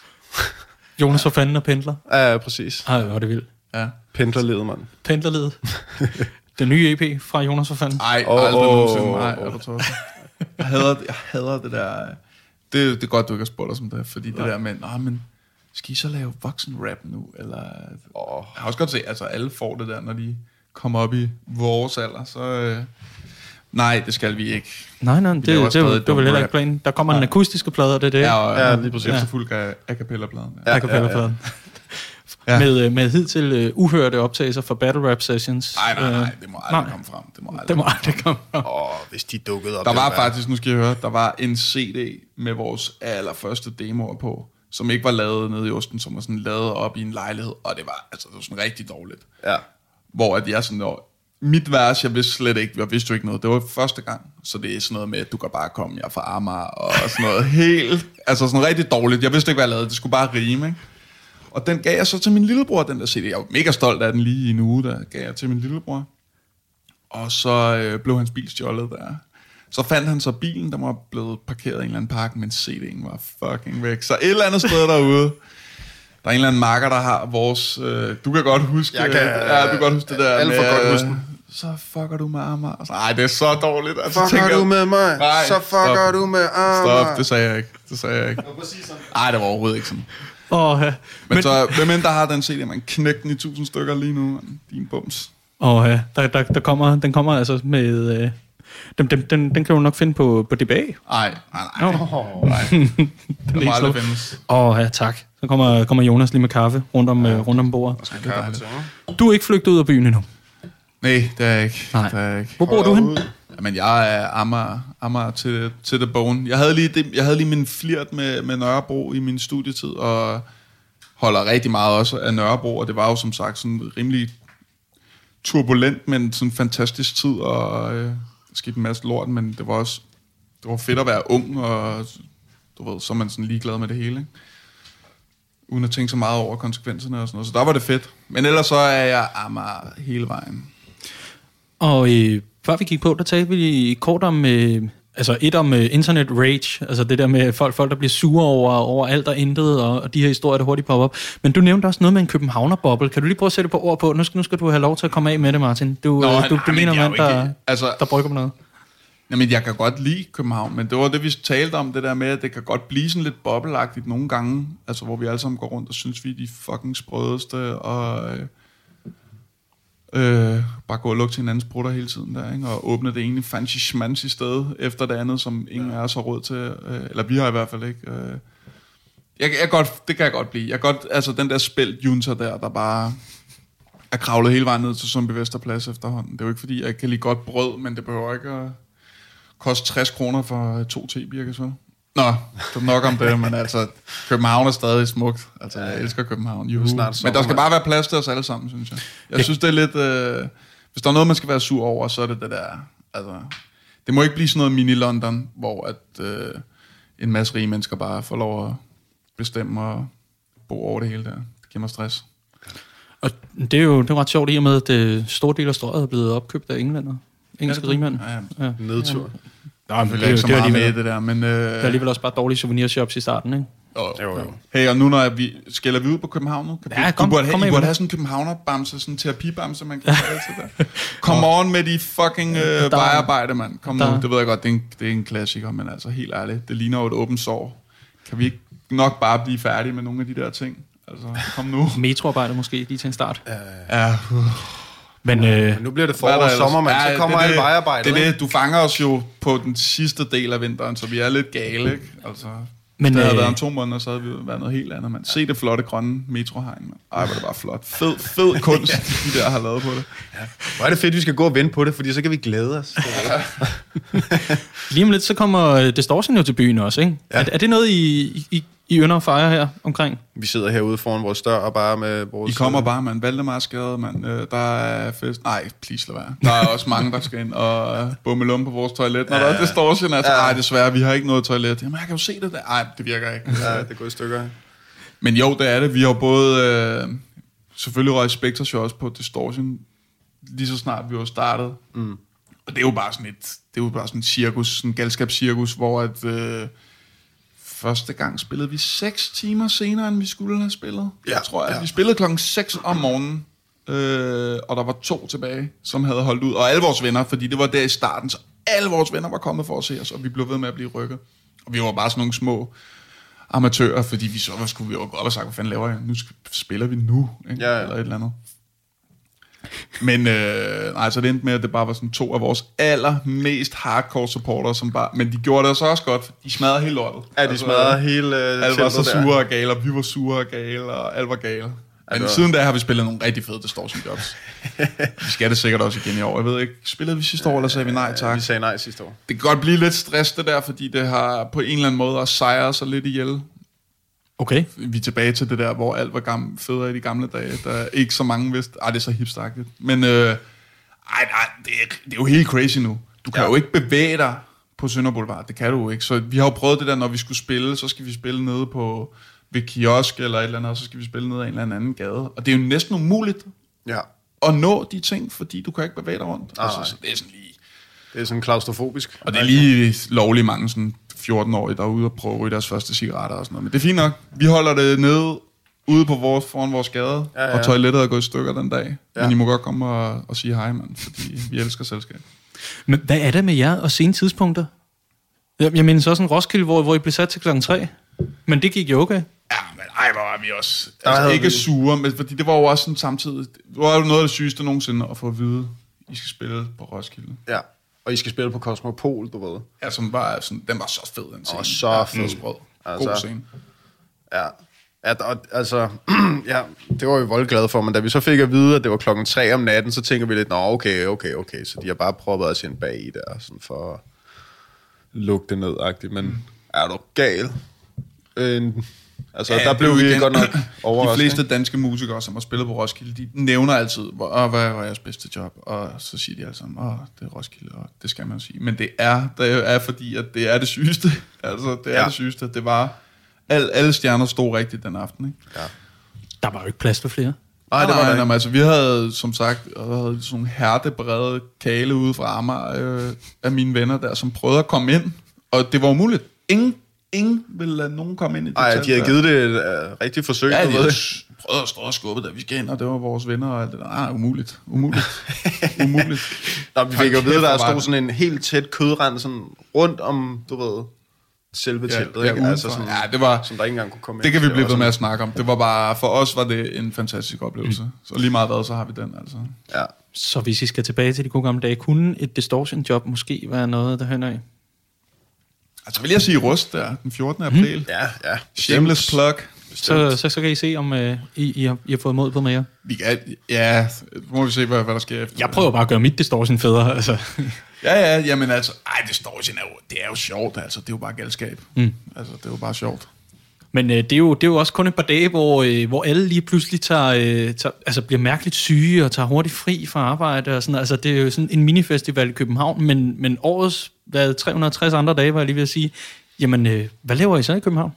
Speaker 4: Jonas for fanden og pendler.
Speaker 3: Ja, ja, præcis.
Speaker 4: Ej, hvor er det vildt.
Speaker 3: Ja. Pendlerled, mand.
Speaker 4: Pendlerled. Den nye E P fra Jonas for fanden.
Speaker 2: Ej, oh, aldrig oh, nogensinde. Nej, er du tosset? Jeg hader, jeg hader det der... Det, det er godt, du ikke har spurgt os om det, fordi ja. Det der med, nej, men skal I så lave voksen rap nu? Eller, oh. Jeg har også godt set, altså alle får det der, når de kommer op i vores alder, så... Øh, nej, det skal vi ikke.
Speaker 4: Nej, nej, det, det, det, det var vel heller ikke planen. Der kommer ja. En akustiske plade, det er det.
Speaker 2: Ja, og, ja, lige præcis. Efterfulgt af a cappella-pladen.
Speaker 4: Ja, a cappella-pladen. Ja, ja. Ja. Med, med hidtil uh, uhørte optagelser fra battle rap sessions.
Speaker 2: Nej, nej, nej, det må aldrig nej. komme frem. Det må aldrig,
Speaker 4: det må aldrig komme frem.
Speaker 3: Åh, oh, hvis de dukkede op.
Speaker 2: Der var faktisk, nu skal jeg høre, der var en C D med vores allerførste demoer på, som ikke var lavet nede i Osten, som var sådan lavet op i en lejlighed, og det var, altså, det var sådan rigtig dårligt.
Speaker 3: Ja.
Speaker 2: Hvor at jeg sådan, når, mit vers, jeg vidste slet ikke, jeg vidste jo ikke noget, det var første gang, så det er sådan noget med, at du kan bare komme, jeg er fra Amager, og sådan noget helt, altså sådan rigtig dårligt, jeg vidste ikke, hvad jeg lavede, det skulle bare rime, ikke? Og den gav jeg så til min lillebror, den der C D. Jeg var mega stolt af den lige i en uge, der gav jeg til min lillebror. Og så øh, blev hans bil stjålet der. Så fandt han så bilen, der var blevet parkeret i en eller anden park, men C D'en var fucking væk. Så et eller andet sted derude, der er en eller anden marker, der har vores... Øh, du kan godt huske...
Speaker 3: Jeg kan,
Speaker 2: ja, du kan godt huske det der
Speaker 3: alle
Speaker 2: med...
Speaker 3: Alle godt huske
Speaker 2: så fucker du med Amager. Nej, det er så dårligt.
Speaker 3: Altså, fucker du med mig? Nej, så fucker stop. Du med Amager.
Speaker 2: Stop, det sagde jeg ikke. Det sagde jeg ikke. Nej, det var overhovedet ikke sådan.
Speaker 4: Oh, ja.
Speaker 2: Men, men så, hvem end der har den C D, man knækker den i tusind stykker lige nu, man. Din bums.
Speaker 4: Åh oh, ja, der, der, der kommer, den kommer altså med... Øh, den, den, den, den kan du nok finde på, på D B A.
Speaker 2: Nej, nej, nej. Oh. Nej.
Speaker 4: Den
Speaker 2: må aldrig findes.
Speaker 4: Åh oh, ja, tak. Så kommer, kommer Jonas lige med kaffe rundt om, ja. rundt om bordet. Du er ikke flygtet ud af byen endnu?
Speaker 2: Nej, det er jeg ikke.
Speaker 4: Nej.
Speaker 2: Det er jeg ikke.
Speaker 4: Hvor bor du hen?
Speaker 2: Men jeg er Amager, Amager til, til the bone. Jeg havde lige, det, jeg havde lige min flirt med, med Nørrebro i min studietid, og holder rigtig meget også af Nørrebro, og det var jo som sagt sådan rimelig turbulent, men sådan en fantastisk tid, og øh, der skete en masse lort, men det var også det var fedt at være ung, og du ved, så er man sådan ligeglad med det hele, ikke? Uden at tænke så meget over konsekvenserne og sådan noget. Så der var det fedt. Men ellers så er jeg Amager hele vejen.
Speaker 4: Og øh, før vi gik på, der talte vi kort om, øh, altså et om øh, internet rage, altså det der med folk, folk der bliver sure over, over alt og intet, og, og de her historier, der hurtigt popper op. Men du nævnte også noget med en københavner-boble. Kan du lige prøve at sætte på ord på? Nu skal, nu skal du have lov til at komme af med det, Martin. Du,
Speaker 2: Nå,
Speaker 4: øh, du, du ligner mand, der,
Speaker 2: altså,
Speaker 4: der brygger på noget.
Speaker 2: Jamen, jeg kan godt lide København, men det var det, vi talte om, det der med, at det kan godt blive sådan lidt bobleagtigt nogle gange, altså hvor vi alle sammen går rundt og synes, vi er de fucking sprødeste, og øh, øh, bare gå og lukke til hinandens brutter hele tiden der, ikke? Og åbne det ene fancy schmancy sted efter det andet, som ingen af os har råd til, øh, eller vi har i hvert fald ikke. Øh. Jeg, jeg godt, det kan jeg godt blive. Jeg godt, altså den der spælt junta der, der bare er kravlet hele vejen ned til Sundby Vesterplads efterhånden. Det er jo ikke fordi, jeg kan lide godt brød, men det behøver ikke at koste tres kroner for to te-birker, så. Nå, det er nok om det, men altså, København er stadig smukt. Altså, jeg elsker København. Uh, snart men der skal bare være plads til os alle sammen, synes jeg. Jeg synes, det er lidt... Øh, hvis der er noget, man skal være sur over, så er det det der... Altså, det må ikke blive sådan noget mini-London, hvor at, øh, en masse rige mennesker bare får lov at bestemme og bo over det hele der. Det giver mig stress.
Speaker 4: Og det er jo det er ret sjovt i og med, at det store del af strøget er blevet opkøbt af englænder. Engelske rigmænd.
Speaker 2: Ja, ja.
Speaker 3: Nedtur.
Speaker 2: Nej, men det er ikke så meget med det der, men... Øh...
Speaker 4: Der er alligevel også bare dårlige souvenirshops i starten, ikke?
Speaker 2: Oh, jo, jo. Hey, og nu når vi... Skælder vi ud på København nu? Kan
Speaker 4: ja, kom,
Speaker 2: du burde,
Speaker 4: kom
Speaker 2: have, I burde
Speaker 4: med.
Speaker 2: have sådan en københavnerbamse, sådan en terapibamse, man kan kalde til der. Come on med de fucking øh, vejarbejde, mand. Kom der. Nu, det ved jeg godt, det er, en, det er en klassiker, men altså helt ærligt, det ligner jo et åbent sår. Kan vi ikke nok bare blive færdige med nogle af de der ting? Altså, kom nu.
Speaker 4: Metroarbejde måske, lige til en start.
Speaker 2: Uh, ja, uh.
Speaker 4: Men, øh,
Speaker 3: Men nu bliver det forår og sommer, man. Ja, så kommer alle vejarbejdet.
Speaker 2: Det er det, du fanger os jo på den sidste del af vinteren, så vi er lidt gale, ikke? Altså,
Speaker 4: men,
Speaker 2: det havde
Speaker 4: øh,
Speaker 2: været om to måneder, så havde vi været noget helt andet, mand. Se det flotte grønne metrohegn, mand. Ej, hvor det bare flot. Fed, fed kunst, de der har lavet på det.
Speaker 3: Ja. Hvor er det fedt, vi skal gå og vente på det, fordi så kan vi glæde os.
Speaker 4: Lige om lidt, så kommer Distortion jo til byen også, ikke? Ja. Er, er det noget, I, I, I ynder at fejre her omkring?
Speaker 3: Vi sidder herude foran vores dør og bare med vores...
Speaker 2: I kommer bare, mand. Valdemarsgade, mand. Der er fest. Nej, please lad være. Der er også mange, der skal ind og bummelum på vores toilet. Når ja, der er Distortion, altså, ja. Ej, desværre, vi har ikke noget toilet. Jamen, jeg kan jo se det der. Ej, det virker ikke.
Speaker 3: Ja, det går i stykker.
Speaker 2: Men jo, det er det. Vi har både... Øh, selvfølgelig røget Spectres jo også på Distortion, lige så snart vi var startet. Mm. Og det er jo bare sådan et... Det er jo bare sådan et cirkus, sådan en galskabscirkus, hvor at... Øh, første gang spillede vi seks timer senere, end vi skulle have spillet. Ja, jeg tror, at ja. Vi spillede klokken seks om morgenen, øh, og der var to tilbage, som havde holdt ud. Og alle vores venner, fordi det var der i starten, så alle vores venner var kommet for at se os, og vi blev ved med at blive rykket. Og vi var bare sådan nogle små amatører, fordi vi så, hvad skulle vi jo gå op og sige, hvad fanden laver jeg? Nu spiller vi nu, ikke? Ja, ja. Eller et eller andet. Men øh, nej, så det endte med, at det bare var sådan to af vores allermest hardcore supportere, som bare, men de gjorde det så også godt, for de smadrede hele lortet.
Speaker 3: Ja, de altså, smadrede hele øh,
Speaker 2: alle var så sure og gale, og vi var sure og gale, og alt var gale. Men altså, siden da har vi spillet nogle rigtig fede Distortion jobs. Vi skal det sikkert også igen i år. Jeg ved ikke, spillede vi sidste år, eller sagde vi nej tak?
Speaker 3: Vi sagde nej sidste år.
Speaker 2: Det kan godt blive lidt stress det der, fordi det har på en eller anden måde også sejret sig lidt ihjel.
Speaker 4: Okay.
Speaker 2: Vi er tilbage til det der, hvor alt var gamle, federe i de gamle dage. Der er ikke så mange vidste. Ej, det er så hipstagtigt. Men øh, ej, nej, det er, det er jo helt crazy nu. Du kan ja. jo ikke bevæge dig på Sønder Boulevard. Det kan du jo ikke. Så vi har jo prøvet det der, når vi skulle spille, så skal vi spille nede på ved kiosk eller et eller andet, og så skal vi spille nede af en eller anden gade. Og det er jo næsten umuligt
Speaker 3: ja.
Speaker 2: at nå de ting, fordi du kan ikke bevæge dig rundt.
Speaker 3: Ah,
Speaker 2: altså, så det er sådan lige...
Speaker 3: Det er sådan klaustrofobisk.
Speaker 2: Og det er lige lovligt mange sådan fjorten-årige, der er ude og prøve at ryge deres første cigaretter og sådan noget. Men det er fint nok. Vi holder det nede ude på vores, foran vores gade, ja, ja. Og toilettet er gået i stykker den dag. Ja. Men I må godt komme og, og sige hej, mand, fordi vi elsker selskab.
Speaker 4: Men hvad er det med jer og sene tidspunkter? Jeg, jeg mener så sådan en Roskilde, hvor, hvor I blev sat til klokken tre. Men det gik jo okay.
Speaker 2: Ja, men ej, hvor var vi også... Altså, ikke vi... sure, men fordi det var jo også sådan samtidig... Det var jo noget af det sygeste nogensinde at få at vide, I skal spille på Roskilde.
Speaker 3: Ja. Og I skal spille på Cosmopol, du ved.
Speaker 2: Ja, som var sådan, den var så fed, den scene.
Speaker 3: Og så fed.
Speaker 2: Sprød. Altså, god scene.
Speaker 3: Ja. Ja, og, altså, ja, det var vi voldt glade for, men da vi så fik at vide, at det var klokken tre om natten, så tænker vi lidt, nå, okay, okay, okay, så de har bare proppet os ind bag i der, sådan for at lukke det ned-agtigt, men er du gal? En Altså,
Speaker 2: Ja,
Speaker 3: der
Speaker 2: det
Speaker 3: blev
Speaker 2: er jo
Speaker 3: vi
Speaker 2: igen-
Speaker 3: godt nok overrasket.
Speaker 2: De fleste danske musikere, som har spillet på Roskilde, de nævner altid, hvor, åh, hvad var jeres bedste job? Og så siger de alle sammen, åh, det er Roskilde, og det skal man jo sige. Men det er, det er fordi, at det er det sygeste. Altså, det er
Speaker 3: Ja.
Speaker 2: det sygeste. Det var, al, alle stjerner stod rigtigt den aften, ikke?
Speaker 3: Ja.
Speaker 4: Der var jo ikke plads for flere.
Speaker 2: Nej, det var
Speaker 3: nej,
Speaker 2: det. Jamen, altså, vi havde, som sagt, havde sådan nogle hærdebrede kale ude fra Amager øh, af mine venner der, som prøvede at komme ind. Og det var umuligt. Ingen, ingen ville lade nogen komme ind i det
Speaker 3: Ej,
Speaker 2: telt
Speaker 3: de har
Speaker 2: der.
Speaker 3: givet det et uh, rigtigt forsøg.
Speaker 2: Ja,
Speaker 3: du
Speaker 2: de
Speaker 3: ved
Speaker 2: havde
Speaker 3: det.
Speaker 2: prøvet at stå og skubbe der. Vi skal ind, og det var vores venner og alt det der. Nej, umuligt. Umuligt. umuligt.
Speaker 3: Nå, vi fik jo at vide,
Speaker 2: Kæft,
Speaker 3: der
Speaker 2: hvor var
Speaker 3: stod
Speaker 2: det.
Speaker 3: sådan en helt tæt kødrand sådan rundt om, du ved, selve
Speaker 2: Ja,
Speaker 3: teltet.
Speaker 2: ja,
Speaker 3: ikke?
Speaker 2: udenfor.
Speaker 3: Altså sådan,
Speaker 2: Ja, det var-
Speaker 3: som der ikke engang kunne komme
Speaker 2: Det
Speaker 3: ind.
Speaker 2: kan vi
Speaker 3: var
Speaker 2: blive ved
Speaker 3: sådan-
Speaker 2: med at snakke om. Det var bare, for os var det en fantastisk oplevelse. Mm. Så lige meget hvad, så har vi den, altså.
Speaker 3: Ja.
Speaker 4: Så hvis I skal tilbage til de gode gamle dage, kunne et distortion-job måske være noget, der hænder i?
Speaker 2: Altså, vil jeg sige Rust der, den fjortende april.
Speaker 3: Ja, ja.
Speaker 2: Shameless plug.
Speaker 4: Så, så, så kan I se, om øh, I, I, har, I har fået mod på mere.
Speaker 2: Vi kan, ja, må vi se, hvad, hvad der sker efter.
Speaker 4: Jeg prøver bare at gøre mit distortion federe. Altså.
Speaker 2: Ja, ja, jamen altså, ej, det står jo, det er jo sjovt, altså, det er jo bare galskab. Mm. Altså, det er jo bare sjovt.
Speaker 4: Men øh, det, er jo, det er jo også kun et par dage, hvor, øh, hvor alle lige pludselig tager, øh, tager, altså bliver mærkeligt syge og tager hurtigt fri fra arbejde og sådan. Altså, det er jo sådan en minifestival i København, men, men årets hvad, tre hundrede og tres andre dage, var jeg lige ved at sige. Jamen, øh, hvad laver I så i København?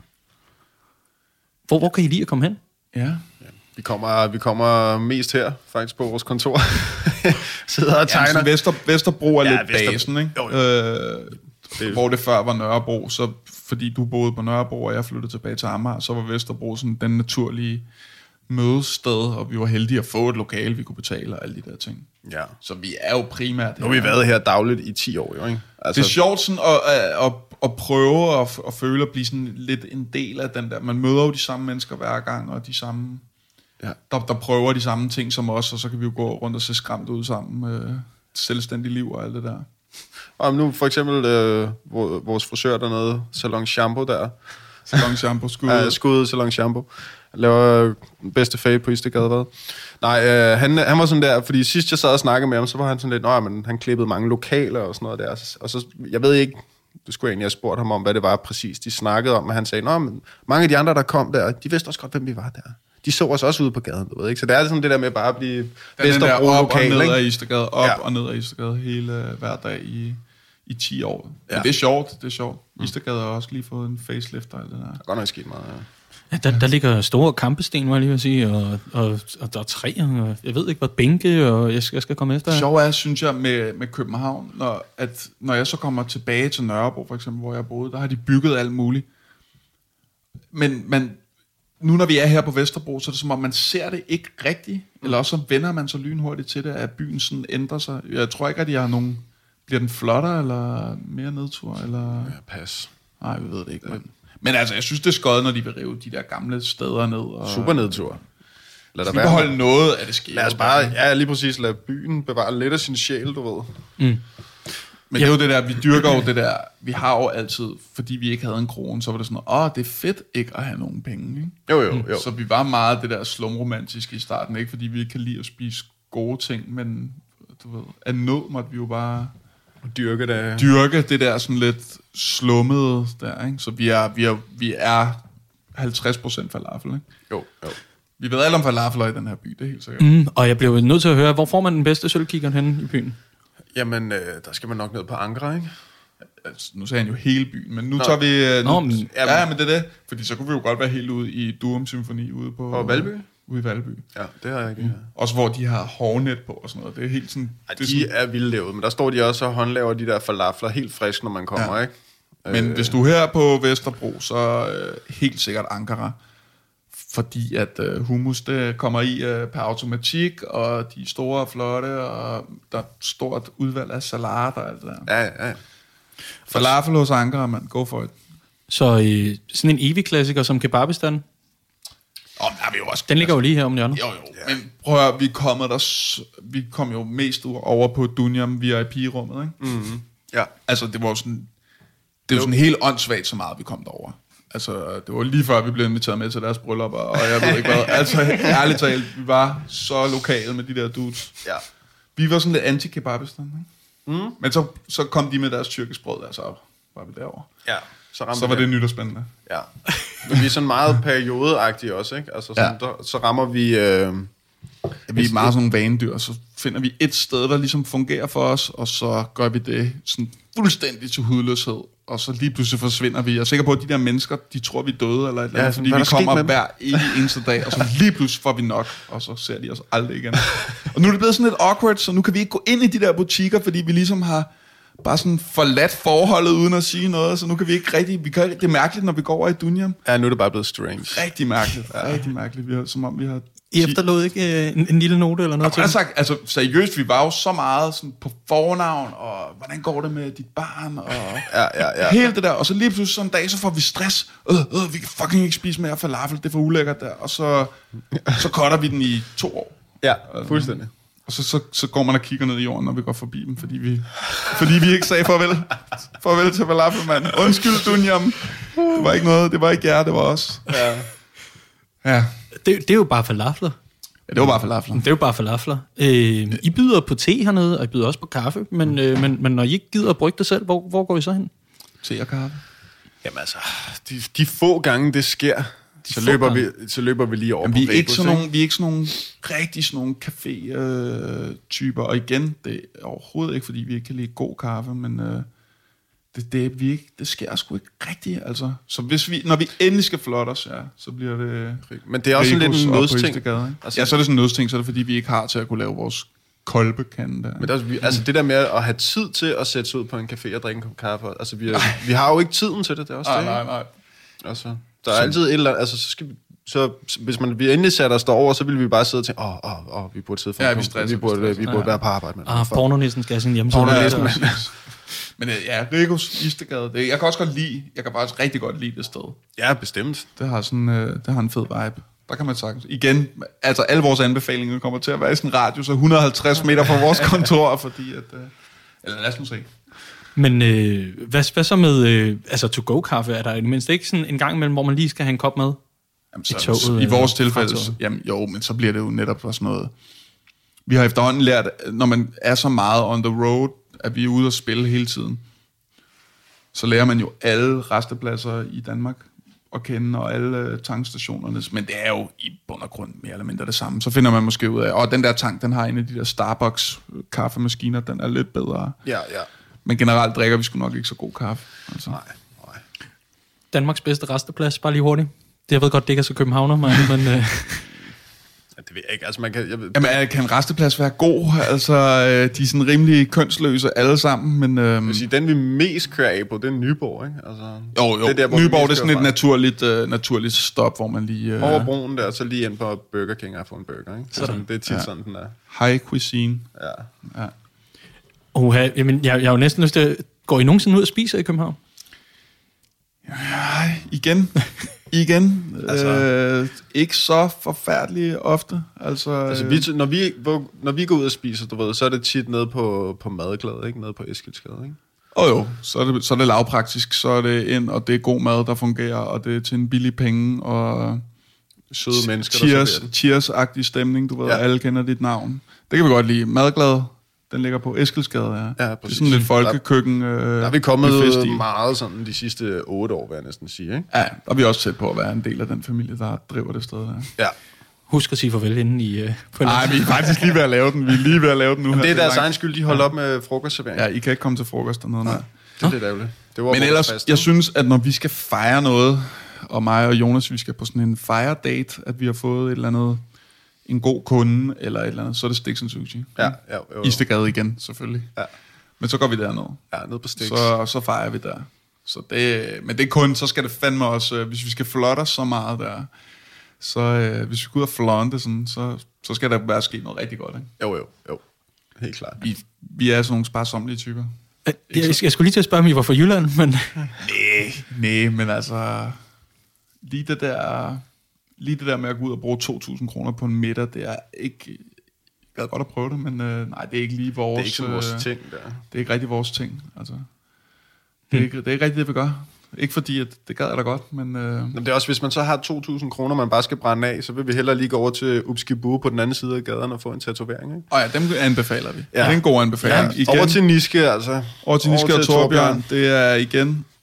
Speaker 4: Hvor, hvor kan I lide at komme hen?
Speaker 2: Ja.
Speaker 3: Vi kommer, vi kommer mest her, faktisk på vores kontor. Sidder og
Speaker 2: Ja,
Speaker 3: tegner.
Speaker 2: så Vester, Vesterbro er
Speaker 3: Ja,
Speaker 2: ja, lidt
Speaker 3: Vester-
Speaker 2: basen, ikke?
Speaker 3: Jo, jo.
Speaker 2: Øh,
Speaker 3: Det-
Speaker 2: hvor det før var Nørrebro, så fordi du boede på Nørrebro, og jeg flyttede tilbage til Amager, så var Vesterbro sådan den naturlige mødested, og vi var heldige at få et lokale, vi kunne betale og alle de der ting.
Speaker 3: Ja.
Speaker 2: Så vi er jo primært...
Speaker 3: Nu har vi været her dagligt i ti år, jo, ikke? Altså,
Speaker 2: Det er sjovt sådan at, at, at, at prøve at, at føle at blive sådan lidt en del af den der. Man møder jo de samme mennesker hver gang, og de samme...
Speaker 3: Ja.
Speaker 2: Der, der prøver de samme ting som os, og så kan vi jo gå rundt og se skræmt ud sammen med selvstændig liv og alt det der.
Speaker 3: Og nu for eksempel øh, vor- vores frisør dernede, Salon Shampoo der.
Speaker 2: Salon shampoo skud.
Speaker 3: Ja, skud Salon Shampoo. Han laver øh, bedste fade på Istegade, hvad? Nej, øh, han, han var sådan der, fordi sidst jeg sad og snakkede med ham, så var han sådan lidt, nej, men han klippede mange lokaler og sådan noget der. Og så, jeg ved ikke, det skulle jeg egentlig have spurgt ham om, hvad det var præcis, de snakkede om, men han sagde, nej, men mange af de andre, der kom der, de vidste også godt, hvem vi var der. De så os også ude på gaden, du ved, ikke? Så det er sådan det der med bare at blive
Speaker 2: Den der
Speaker 3: Vesterbro
Speaker 2: op og
Speaker 3: lokal,
Speaker 2: ned
Speaker 3: ikke?
Speaker 2: af Istegade, op
Speaker 3: Ja.
Speaker 2: og ned af Istegade hele hver dag i, i ti år. Ja.
Speaker 3: Ja.
Speaker 2: Men det er sjovt, det er sjovt. Mm. Istegade har også lige fået en facelift og alt det der.
Speaker 3: Der er godt nok sket meget, ja.
Speaker 4: Ja, der, der ligger store kampesten, var jeg lige ved at sige, og, og, og der er træer, og jeg ved ikke hvad, bænke, og jeg skal, jeg skal komme efter.
Speaker 2: Sjov er, synes jeg, med, med København, når, at når jeg så kommer tilbage til Nørrebro, for eksempel, hvor jeg boede, der har de bygget alt muligt. Men man, nu når vi er her på Vesterbro, så er det som om, man ser det ikke rigtigt, eller også så vender man så lynhurtigt til det, at byen sådan ændrer sig. Jeg tror ikke, at jeg har nogen... Bliver den flottere, eller mere nedtur, eller...
Speaker 3: Ja, pas.
Speaker 2: Nej, vi ved det ikke. Men, men altså, jeg synes, det er skødt, når de vil rive de der gamle steder ned. Og,
Speaker 3: Super nedtur. Lad
Speaker 2: Så
Speaker 3: der
Speaker 2: vi beholde noget af det skære.
Speaker 3: Lad os bare, ja, lige præcis lade byen bevare lidt af sin sjæl, du ved.
Speaker 4: Mm.
Speaker 2: Men det er jo det der, vi dyrker jo det der, vi har jo altid, fordi vi ikke havde en krone, så var det sådan, åh, det er fedt ikke at have nogen penge, ikke?
Speaker 3: Jo, jo, jo.
Speaker 2: Så vi var meget det der slumromantiske i starten, ikke fordi vi ikke kan lide at spise gode ting, men du ved, af nød måtte vi jo bare
Speaker 3: Dyrke det.
Speaker 2: dyrke det der sådan lidt slummede der, ikke? Så vi er, vi er, vi er halvtreds procent falafel, ikke?
Speaker 3: Jo, jo.
Speaker 2: Vi ved alt om falafler i den her by, det er helt sikkert.
Speaker 4: Mm, og jeg blev nødt til at høre, hvor får man den bedste sølvkikkert henne i byen?
Speaker 3: Jamen, øh, der skal man nok ned på Ankara, ikke?
Speaker 2: Altså, nu sagde han jo hele byen, men nu
Speaker 3: Nå.
Speaker 2: tager vi... øh, Nu,
Speaker 4: Nå, men-
Speaker 2: ja, ja, men det er det. Fordi så kunne vi jo godt være helt ude i Durum Symfoni ude på...
Speaker 3: Og Valby?
Speaker 2: Ude i Valby.
Speaker 3: Ja, det har jeg ikke. Mm.
Speaker 2: Også hvor de har hårnet på og sådan noget. Det er helt sådan...
Speaker 3: Ej,
Speaker 2: det er
Speaker 3: de
Speaker 2: sådan
Speaker 3: er vildt lavet, men der står de også og håndlaver de der falafler helt frisk, når man kommer,
Speaker 2: Ja.
Speaker 3: ikke?
Speaker 2: men
Speaker 3: Øh,
Speaker 2: hvis du er her på Vesterbro, så øh, helt sikkert Ankara. Fordi at øh, hummus, det kommer i øh, per automatik, og de er store og flotte, og der er et stort udvalg af salater og alt det der.
Speaker 3: Ja, ja.
Speaker 2: Falafel hos Ankara, mand. Go for it.
Speaker 4: Så øh, sådan en evig klassiker som Kebabistan,
Speaker 2: Åh, oh, der er vi jo også...
Speaker 4: den ligger jo lige her om hjørnet.
Speaker 2: Jo, jo. Ja. Men prøv at høre, vi, kommer der, s- vi kom jo mest over på Dunjam V I P-rummet, ikke?
Speaker 3: Mm-hmm. Ja.
Speaker 2: Altså, det var jo sådan... Det var sådan helt åndssvagt, så meget vi kom derover. Altså, det var lige før, vi blev inviteret med til deres bryllupper, og jeg ved ikke hvad. Altså, ærligt talt, vi var så lokale med de der dudes.
Speaker 3: Ja.
Speaker 2: Vi var sådan lidt anti-kebabistan, ikke?
Speaker 3: Mm.
Speaker 2: Men så, så kom de med deres tyrkisk brød, altså, var vi derovre.
Speaker 3: Ja. Så, rammer
Speaker 2: Så var
Speaker 3: vi
Speaker 2: det nyt og spændende.
Speaker 3: Ja. Men vi er sådan meget periodeagtige også, ikke? Altså sådan, ja. der, så rammer vi... Øh,
Speaker 2: vi er meget sådan nogle vanedyr, så finder vi et sted, der ligesom fungerer for os, og så gør vi det sådan fuldstændig til hudløshed, og så lige pludselig forsvinder vi. Jeg er sikker på, at de der mennesker, de tror, vi er døde, eller et eller andet, ja, fordi vi kommer hver eneste dag, og så lige pludselig får vi nok, og så ser de os aldrig igen. Og nu er det blevet sådan lidt awkward, så nu kan vi ikke gå ind i de der butikker, fordi vi ligesom har bare sådan forladt forholdet, uden at sige noget, så nu kan vi ikke rigtig... Vi kan, det er mærkeligt, når vi går over i Dunjam.
Speaker 3: Ja, nu er det bare blevet strange.
Speaker 2: Rigtig mærkeligt, ja, rigtig mærkeligt. Vi har, som om vi har...
Speaker 4: I efterlod ikke øh, en, en lille note eller noget til?
Speaker 2: Jeg har sagt, altså seriøst, vi var jo så meget sådan på fornavn, og hvordan går det med dit barn, og
Speaker 3: ja, ja, ja.
Speaker 2: hele det der, og så lige pludselig sådan en dag, så får vi stress, øh, øh, vi kan fucking ikke spise mere falafel, det er for ulækkert der, og så, så cutter vi den i to år.
Speaker 3: Ja, fuldstændig.
Speaker 2: Og så, så, så går man og kigger ned i jorden, når vi går forbi dem, fordi vi, fordi vi ikke sagde farvel. Farvel til falafel, mand. Undskyld, Dunjam. Det var ikke noget, det var ikke jer, det var os.
Speaker 3: Ja.
Speaker 2: Ja.
Speaker 4: Det, det er jo bare falafler.
Speaker 2: Ja, det var bare falafler.
Speaker 4: Det er jo bare falafler. Øh, I byder på te hernede, og I byder også på kaffe, men, øh, men, men når I ikke gider at brygge det selv, hvor, hvor går I så hen?
Speaker 2: Te og kaffe.
Speaker 3: Jamen altså, de, de få gange det sker, så løber, vi, så løber vi lige over.
Speaker 2: Jamen,
Speaker 3: på
Speaker 2: vi, er ikke
Speaker 3: Rebus,
Speaker 2: sådan nogle, vi er ikke sådan nogle rigtig sådan nogle café-typer, og igen, det er overhovedet ikke, fordi vi ikke kan lide god kaffe, men øh, det, det, vi ikke, det sker sgu ikke rigtigt, altså. Så hvis vi, når vi endelig skal flotte os, ja, så bliver det...
Speaker 3: Men det er også sådan lidt en nødsting.
Speaker 2: Altså, ja, så er det sådan en nødsting, så er det fordi, vi ikke har til at kunne lave vores kolbekande der.
Speaker 3: Men det, er, vi, altså det der med at have tid til at sætte sig ud på en café og drikke en kop kaffe, altså vi, er, vi har jo ikke tiden til det, det er også
Speaker 2: nej,
Speaker 3: det.
Speaker 2: Nej, nej,
Speaker 3: Altså, der er så. altid et eller andet, altså så skal vi, så hvis man vi endelig satte os derover, så ville vi bare sidde og tænke, åh, åh, åh, vi burde sidde for
Speaker 2: ja, vi, stresser,
Speaker 3: vi burde, vi, vi burde ja. være på arbejde med.
Speaker 4: Ah, pornonissen skal have sin hjemmeside.
Speaker 2: Pornonissen. Men ja, Rigos Istegade, det, jeg kan også godt lide, jeg kan faktisk rigtig godt lide det sted.
Speaker 3: Ja, bestemt.
Speaker 2: Det har sådan, øh, det har en fed vibe. Der kan man sagtens. Igen, altså alle vores anbefalinger kommer til at være i sådan en radius af et hundrede og halvtreds meter fra vores kontor, fordi at, øh, eller lad os nu se.
Speaker 4: Men øh, hvad, hvad så med øh, altså to-go-kaffe? Er der i det mindste ikke sådan en gang imellem, hvor man lige skal have en kop med?
Speaker 2: Jamen, så, I, toget, i vores tilfælde, jamen, jo, men så bliver det jo netop sådan noget. Vi har efterhånden lært, når man er så meget on the road, at vi er ude og spille hele tiden, så lærer man jo alle rastepladser i Danmark at kende, og alle tankstationerne, men det er jo i bund og grund mere eller mindre det samme. Så finder man måske ud af, og den der tank, den har en af de der Starbucks kaffemaskiner, den er lidt bedre.
Speaker 3: Ja, ja.
Speaker 2: Men generelt drikker vi sgu nok ikke så god kaffe. Altså.
Speaker 3: Nej, nej.
Speaker 4: Danmarks bedste resteplads, bare lige hurtigt. Det jeg ved godt, det ikke er så københavner, men... men øh.
Speaker 3: Ja, det ved jeg ikke. Altså, man kan, jeg ved...
Speaker 2: Jamen, kan en resteplads være god? Altså, de er sådan rimelig kønsløse alle sammen, men... Øhm...
Speaker 3: Jeg sige, den vi mest kører af på, det er Nyborg, ikke? Altså,
Speaker 2: jo, jo. Det er der, Nyborg, det er sådan et naturligt, uh, naturligt stop, hvor man lige... Uh...
Speaker 3: Over broen der, så lige ind på Burger King og få en burger, ikke? Så sådan, det er tit ja. sådan, den er.
Speaker 2: High cuisine.
Speaker 3: Ja.
Speaker 2: Ja.
Speaker 4: Oha, jamen, jeg, jeg har jo næsten lyst til at... Går I nogensinde ud og spiser i København?
Speaker 2: Ja, igen. Igen. altså, øh, ikke så forfærdeligt ofte. Altså,
Speaker 3: altså vi, når, vi, hvor, når vi går ud og spiser, du ved, så er det tit nede på, på Madglæde, ikke? Nede på Eskildsgade, ikke?
Speaker 2: Åh oh, jo, så er, det, så er det lavpraktisk. Så er det ind, og det er god mad, der fungerer, og det er til en billig penge, og...
Speaker 3: Søde mennesker,
Speaker 2: cheers,
Speaker 3: der
Speaker 2: cheers-agtig stemning, du ved, ja. Alle kender dit navn. Det kan vi godt lide. Madglæde. Den ligger på Eskildsgade, ja.
Speaker 3: Ja,
Speaker 2: det er sådan lidt folkekøkken.
Speaker 3: Der, øh, der er vi kommet meget sådan de sidste otte år, vil jeg næsten sige, ikke?
Speaker 2: Ja, og vi er også tæt på at være en del af den familie, der driver det sted der.
Speaker 3: Ja.
Speaker 4: Husk at sige farvel inden I... Uh,
Speaker 2: Nej, vi er faktisk lige ved at lave den. Vi er lige ved at lave den nu.
Speaker 3: Jamen,
Speaker 2: her.
Speaker 3: det er deres egen skyld, de holder ja. op med frokostservering.
Speaker 2: Ja, I kan ikke komme til frokost dernede. Nej.
Speaker 3: Det er lidt ærgerligt. Det var
Speaker 2: Men ellers, fast, jeg synes, at når vi skal fejre noget, og mig og Jonas, vi skal på sådan en fire date, at vi har fået et eller andet... en god kunde, eller et eller andet, så er det Sticks and Sushi.
Speaker 3: Ja, ja, jo, jo.
Speaker 2: Istegade igen, selvfølgelig.
Speaker 3: Ja.
Speaker 2: Men så går vi derned.
Speaker 3: Ja, ned på Sticks.
Speaker 2: Så, så fejrer vi der. Så det, men det er kun, så skal det fandme også, hvis vi skal flotte os så meget der, så øh, hvis vi går ud og flonte sådan, så, så skal der være sket noget rigtig godt, ikke?
Speaker 3: Jo, jo, jo. Helt klart.
Speaker 2: Vi, vi er sådan nogle sparsomlige typer.
Speaker 4: Jeg, jeg, jeg skulle lige til at spørge, om I var fra Jylland, men...
Speaker 2: Nej, nej, men altså, lige det der... Lige det der med at gå ud og bruge to tusind kroner på en middag, det er ikke... Jeg gad godt at prøve det, men øh, nej, det er ikke lige vores...
Speaker 3: Det er ikke sådan vores
Speaker 2: øh,
Speaker 3: ting, der.
Speaker 2: Det er ikke rigtig vores ting, altså. Det er, ikke, det er ikke rigtig det, vi gør. Ikke fordi, at det gad jeg da godt, men... Øh...
Speaker 3: men det er også, hvis man så har to tusind kroner, man bare skal brænde af, så vil vi hellere lige gå over til Upskibu på den anden side af gaden og få en tatovering, ikke?
Speaker 2: Og ja, dem anbefaler vi.
Speaker 3: Ja.
Speaker 2: Det er en god anbefaling.
Speaker 3: Ja. Igen, over til Niske, altså.
Speaker 2: Over til Niske og Torbjørn. Det er igen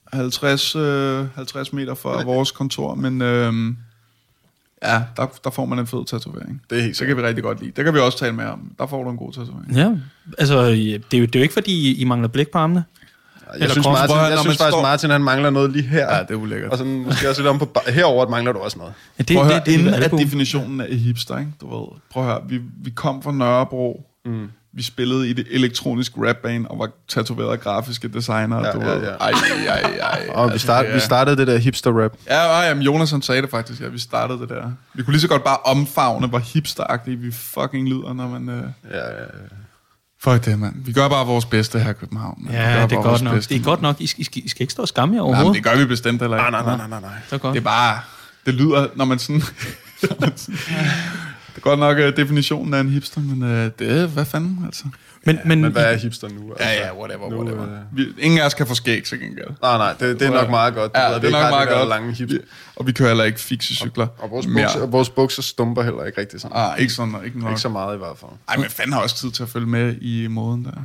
Speaker 2: halvtreds, øh, halvtreds meter fra vores kontor, men øh, ja, der, der får man en fed tatovering.
Speaker 3: Det er helt
Speaker 2: så kan vi rigtig godt lide. Det kan vi også tale med om. Der får du en god tatovering.
Speaker 4: Ja, altså, det er jo, det er jo ikke, fordi I mangler blik på armene.
Speaker 3: Jeg synes, Martin,
Speaker 2: prøver,
Speaker 3: jeg synes faktisk, står... Martin han mangler noget lige her.
Speaker 2: Ja, det er ulækkert.
Speaker 3: Og sådan, måske også lidt om på herover mangler du også noget.
Speaker 4: Ja, det,
Speaker 2: prøv at høre,
Speaker 4: det, det,
Speaker 2: inden
Speaker 4: det,
Speaker 2: at definitionen af hipster, ikke? Du ved, prøv at høre, vi, vi kom fra Nørrebro, mm. vi spillede i det elektroniske rapband og var tatoveret af grafiske designere,
Speaker 3: ja,
Speaker 2: du
Speaker 3: ja,
Speaker 2: ved.
Speaker 3: ja.
Speaker 2: Ej, ej, ej.
Speaker 3: Og altså, vi, start, ja. vi startede det der hipster-rap.
Speaker 2: Ja, ja, Jonas han sagde det faktisk, ja, vi startede det der. Vi kunne lige så godt bare omfavne, hvor hipsteragtige vi fucking lyder, når man... Øh...
Speaker 3: Ja, ja, ja.
Speaker 2: Fuck det, mand. Vi gør bare vores bedste her i København. Man.
Speaker 4: Ja, det er godt nok. Bedste, det er godt nok. I skal, I skal, I skal ikke stå og skamme jer overhovedet.
Speaker 2: Nej, det gør vi bestemt heller ikke.
Speaker 3: Nej, nej, nej, nej, nej.
Speaker 4: Det er godt.
Speaker 2: Det er bare... Det lyder, når man sådan... det er godt nok uh, definitionen af en hipster, men uh, det er... Hvad fanden, altså?
Speaker 3: Men, ja, men, men hvad er hipster nu? Altså?
Speaker 2: Ja, ja, whatever, nu, whatever. Vi, ingen af os kan få skæg, så gengæld.
Speaker 3: Nej, nej, det, det er nok meget godt.
Speaker 2: Ja, det, det er nok meget godt.
Speaker 3: Lange hipster.
Speaker 2: Og vi kører heller ikke fikse cykler.
Speaker 3: Og, og vores, bukser, vores bukser stumper heller ikke rigtig sådan.
Speaker 2: Ah, ikke sådan, ikke nok.
Speaker 3: Ikke så meget i hvert fald.
Speaker 2: Ej, men fanden har også tid til at følge med i moden der.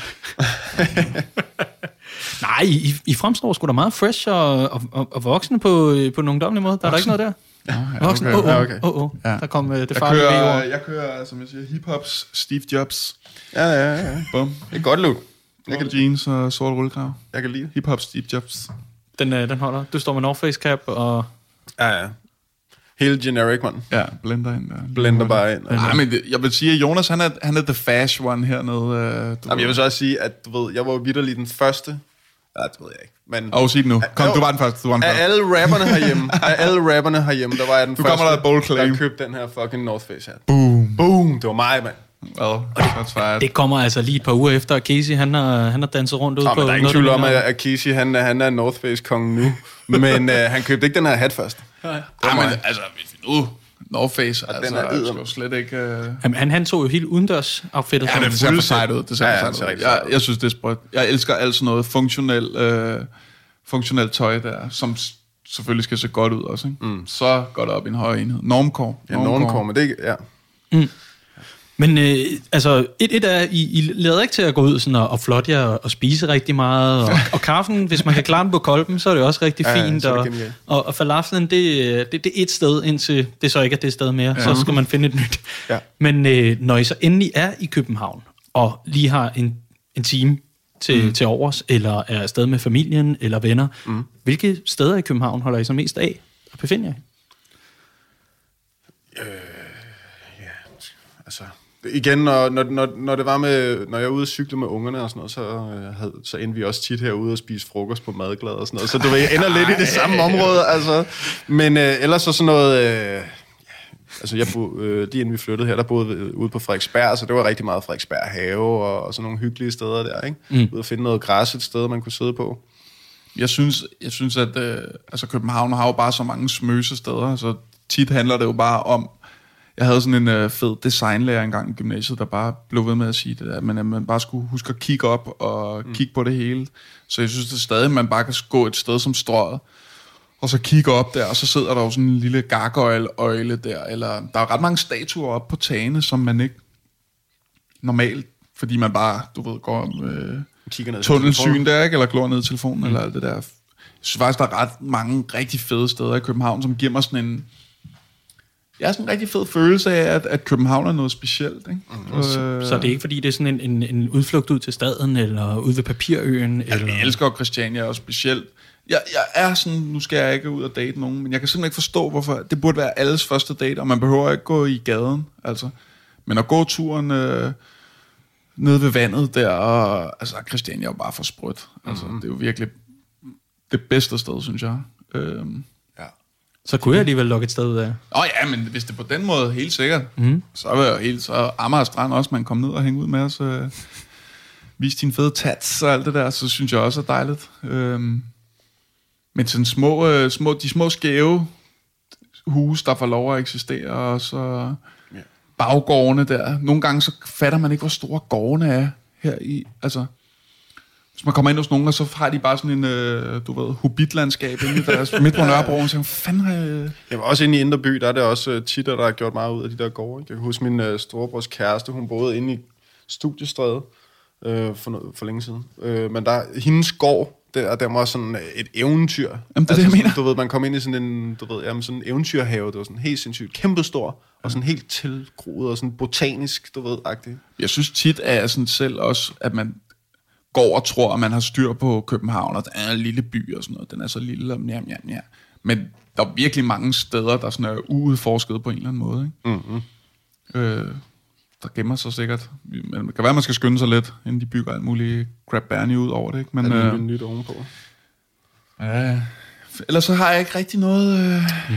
Speaker 4: Nej, I, I fremstår sgu da meget fresh og, og, og, og voksne på, på en ungdomlig måde. Der er der ikke noget der.
Speaker 2: Ja,
Speaker 4: voksen, åh,
Speaker 2: okay.
Speaker 4: åh,
Speaker 2: okay.
Speaker 4: åh, åh.
Speaker 2: Ja.
Speaker 4: Der kom uh, det
Speaker 2: jeg
Speaker 4: farlige
Speaker 2: kører,
Speaker 4: ord.
Speaker 2: jeg kører, som jeg siger, hip-hops Steve Jobs.
Speaker 3: Ja, ja, ja.
Speaker 2: Bum.
Speaker 3: Det er godt look.
Speaker 2: Jeg kan jeans og sort rullekrav.
Speaker 3: Jeg kan lide det.
Speaker 2: Hip-hop Steve Jobs.
Speaker 4: Den, uh, den holder. Du står med North Face cap og...
Speaker 3: Ja, ja. Helt generic, man.
Speaker 2: Ja, blender ind der.
Speaker 3: Blender bare ind.
Speaker 2: Nej, men det, jeg vil sige, at Jonas, han er, han er the fast one hernede. Uh,
Speaker 3: Jamen, jeg vil så også sige, at du ved, jeg var jo vitterlig den første. Ja, det ved jeg ikke. Men
Speaker 2: Åh, oh, sig det nu. Kom,
Speaker 3: jo,
Speaker 2: du var den første. Du var den første.
Speaker 3: Af alle rapperne herhjemme, af alle rapperne herhjemme, der var jeg den
Speaker 2: du
Speaker 3: første,
Speaker 2: der, bold claim.
Speaker 3: der købte den her fucking North Face hat.
Speaker 2: Boom.
Speaker 3: Boom, det var mig, mand.
Speaker 2: Well, det,
Speaker 4: det kommer altså lige et par uger efter, at Casey, han har, han har danset rundt ud
Speaker 3: Nå,
Speaker 4: på...
Speaker 3: Men der er ingen tvivl om, at Casey, han, han er North Face-kongen nu. Men uh, han købte ikke den her hat først.
Speaker 2: Ja, ja. Men altså, hvis vi nu... North Face,
Speaker 3: og
Speaker 2: altså,
Speaker 3: den er
Speaker 2: jeg skal slet ikke... Uh...
Speaker 4: Jamen, han, han tog jo helt udendørs outfittet.
Speaker 2: Ja, det ser for sejt ud. Det ser
Speaker 3: ja,
Speaker 2: for sejt ud. Jeg, jeg synes, det er sprødt. Jeg elsker alt sådan noget funktionelt øh, funktionel tøj der, som selvfølgelig skal se godt ud også. Ikke? Mm. Så går det op i en høj enhed. Normcore.
Speaker 3: Ja, normcore, men det ja.
Speaker 4: Mm. Men øh, altså, et, et er, I, I lader ikke til at gå ud sådan og, og flotte jer og, og spise rigtig meget, og, og kaffen, hvis man kan klare den på kolben, så er det også rigtig
Speaker 3: ja,
Speaker 4: fint,
Speaker 3: og,
Speaker 4: og, og falafelen, det, det, det er et sted, indtil det så ikke er det sted mere, ja. Så skal man finde et nyt.
Speaker 3: Ja.
Speaker 4: Men øh, når I så endelig er i København, og lige har en, en time til, mm. til overs, eller er afsted med familien eller venner, mm. hvilke steder i København holder I så mest af at befinde jer?
Speaker 3: Øh, ja, altså... Igen, når, når, når, når det var med, når jeg er ude og cykle med ungerne og sådan noget, så, øh, havde, så endte vi også tit herude og spise frokost på Madglad og sådan noget. Så du ved, jeg ender lidt i det samme område, altså. Men øh, ellers så sådan noget... Øh, altså, jeg bo, øh, lige inden vi flyttede her, der boede vi ude på Frederiksberg, så det var rigtig meget Frederiksberg have og, og sådan nogle hyggelige steder der, ikke? Mm. Ude at finde noget græs et sted, man kunne sidde på.
Speaker 2: Jeg synes, jeg synes at øh, altså København har jo bare så mange smøse steder, så tit handler det jo bare om... Jeg havde sådan en øh, fed designlærer engang i gymnasiet, der bare blev ved med at sige det der, men at man bare skulle huske at kigge op og mm. kigge på det hele. Så jeg synes det er stadig, at man bare kan gå et sted som Strøget, og så kigge op der, og så sidder der jo sådan en lille gargoyle-øjle der, eller der er ret mange statuer op på tagene, som man ikke normalt, fordi man bare, du ved, går øh, tunnelsyn der, ikke? Eller glor ned i telefonen, mm. eller alt det der. Jeg synes faktisk, der er ret mange rigtig fede steder i København, som giver mig sådan en... Jeg har sådan en rigtig fed følelse af, at, at København er noget specielt. Ikke?
Speaker 4: Mm. Så, så det er ikke, fordi det er sådan en, en, en udflugt ud til staden, eller ud ved Papirøen?
Speaker 2: Altså,
Speaker 4: eller?
Speaker 2: Jeg elsker Christiania også specielt. Jeg, jeg er sådan, nu skal jeg ikke ud og date nogen, men jeg kan simpelthen ikke forstå, hvorfor. Det burde være alles første date, og man behøver ikke gå i gaden. Altså. Men at gå turen øh, ned ved vandet der, og altså, Christiania er jo bare for sprødt. Altså, mm. Det er jo virkelig det bedste sted, synes jeg. Øhm.
Speaker 4: Så kunne jeg alligevel lukke et sted ud af.
Speaker 2: Åh oh, ja, men hvis det er på den måde, helt sikkert,
Speaker 4: mm.
Speaker 2: så er jo helt, så Amager Strand også, man kommer ned og hænge ud med os, øh, vise dine fede tats og alt det der, så synes jeg også er dejligt. Øhm, men sådan små, øh, små, de små skæve huse, der får lov at eksistere, og så yeah. baggårdene der. Nogle gange så fatter man ikke, hvor store gårdene er her i, altså... Hvis man kommer ind hos nogen, og så har de bare sådan en, øh, du ved, hobbitlandskab inde i deres midt på Nørrebro, og så siger, fanden har jeg...
Speaker 3: Jeg var også inde i Indre By, der er det også tit, der har gjort meget ud af de der gårde. Jeg kan huske min øh, storebrors kæreste, hun boede inde i Studiestræde øh, for, for længe siden. Øh, men der, hendes gård Det, og der var sådan et eventyr.
Speaker 2: Jamen, det er
Speaker 3: altså,
Speaker 2: det, jeg
Speaker 3: sådan,
Speaker 2: mener.
Speaker 3: Du ved, man kom ind i sådan en, du ved, jamen, sådan en eventyrhave. Det var sådan helt sindssygt kæmpestor, og sådan helt tilgroet, og sådan botanisk, du ved, agtigt.
Speaker 2: Jeg synes tit, at jeg sådan selv også, at man går og tror, at man har styr på København, og den er en lille by og sådan noget. Den er så lille, og ja, ja, ja. Men der er virkelig mange steder, der sådan er uudforsket på en eller anden måde. Ikke?
Speaker 3: Mm-hmm.
Speaker 2: Øh, der gemmer sig sikkert. Men det kan være, man skal skynde sig lidt, inden de bygger alt muligt crap Bernie ud over det. Ikke? Men,
Speaker 3: Er det
Speaker 2: øh,
Speaker 3: nyt ovenpå?
Speaker 2: ja, ellers så har jeg ikke rigtig noget øh, mm.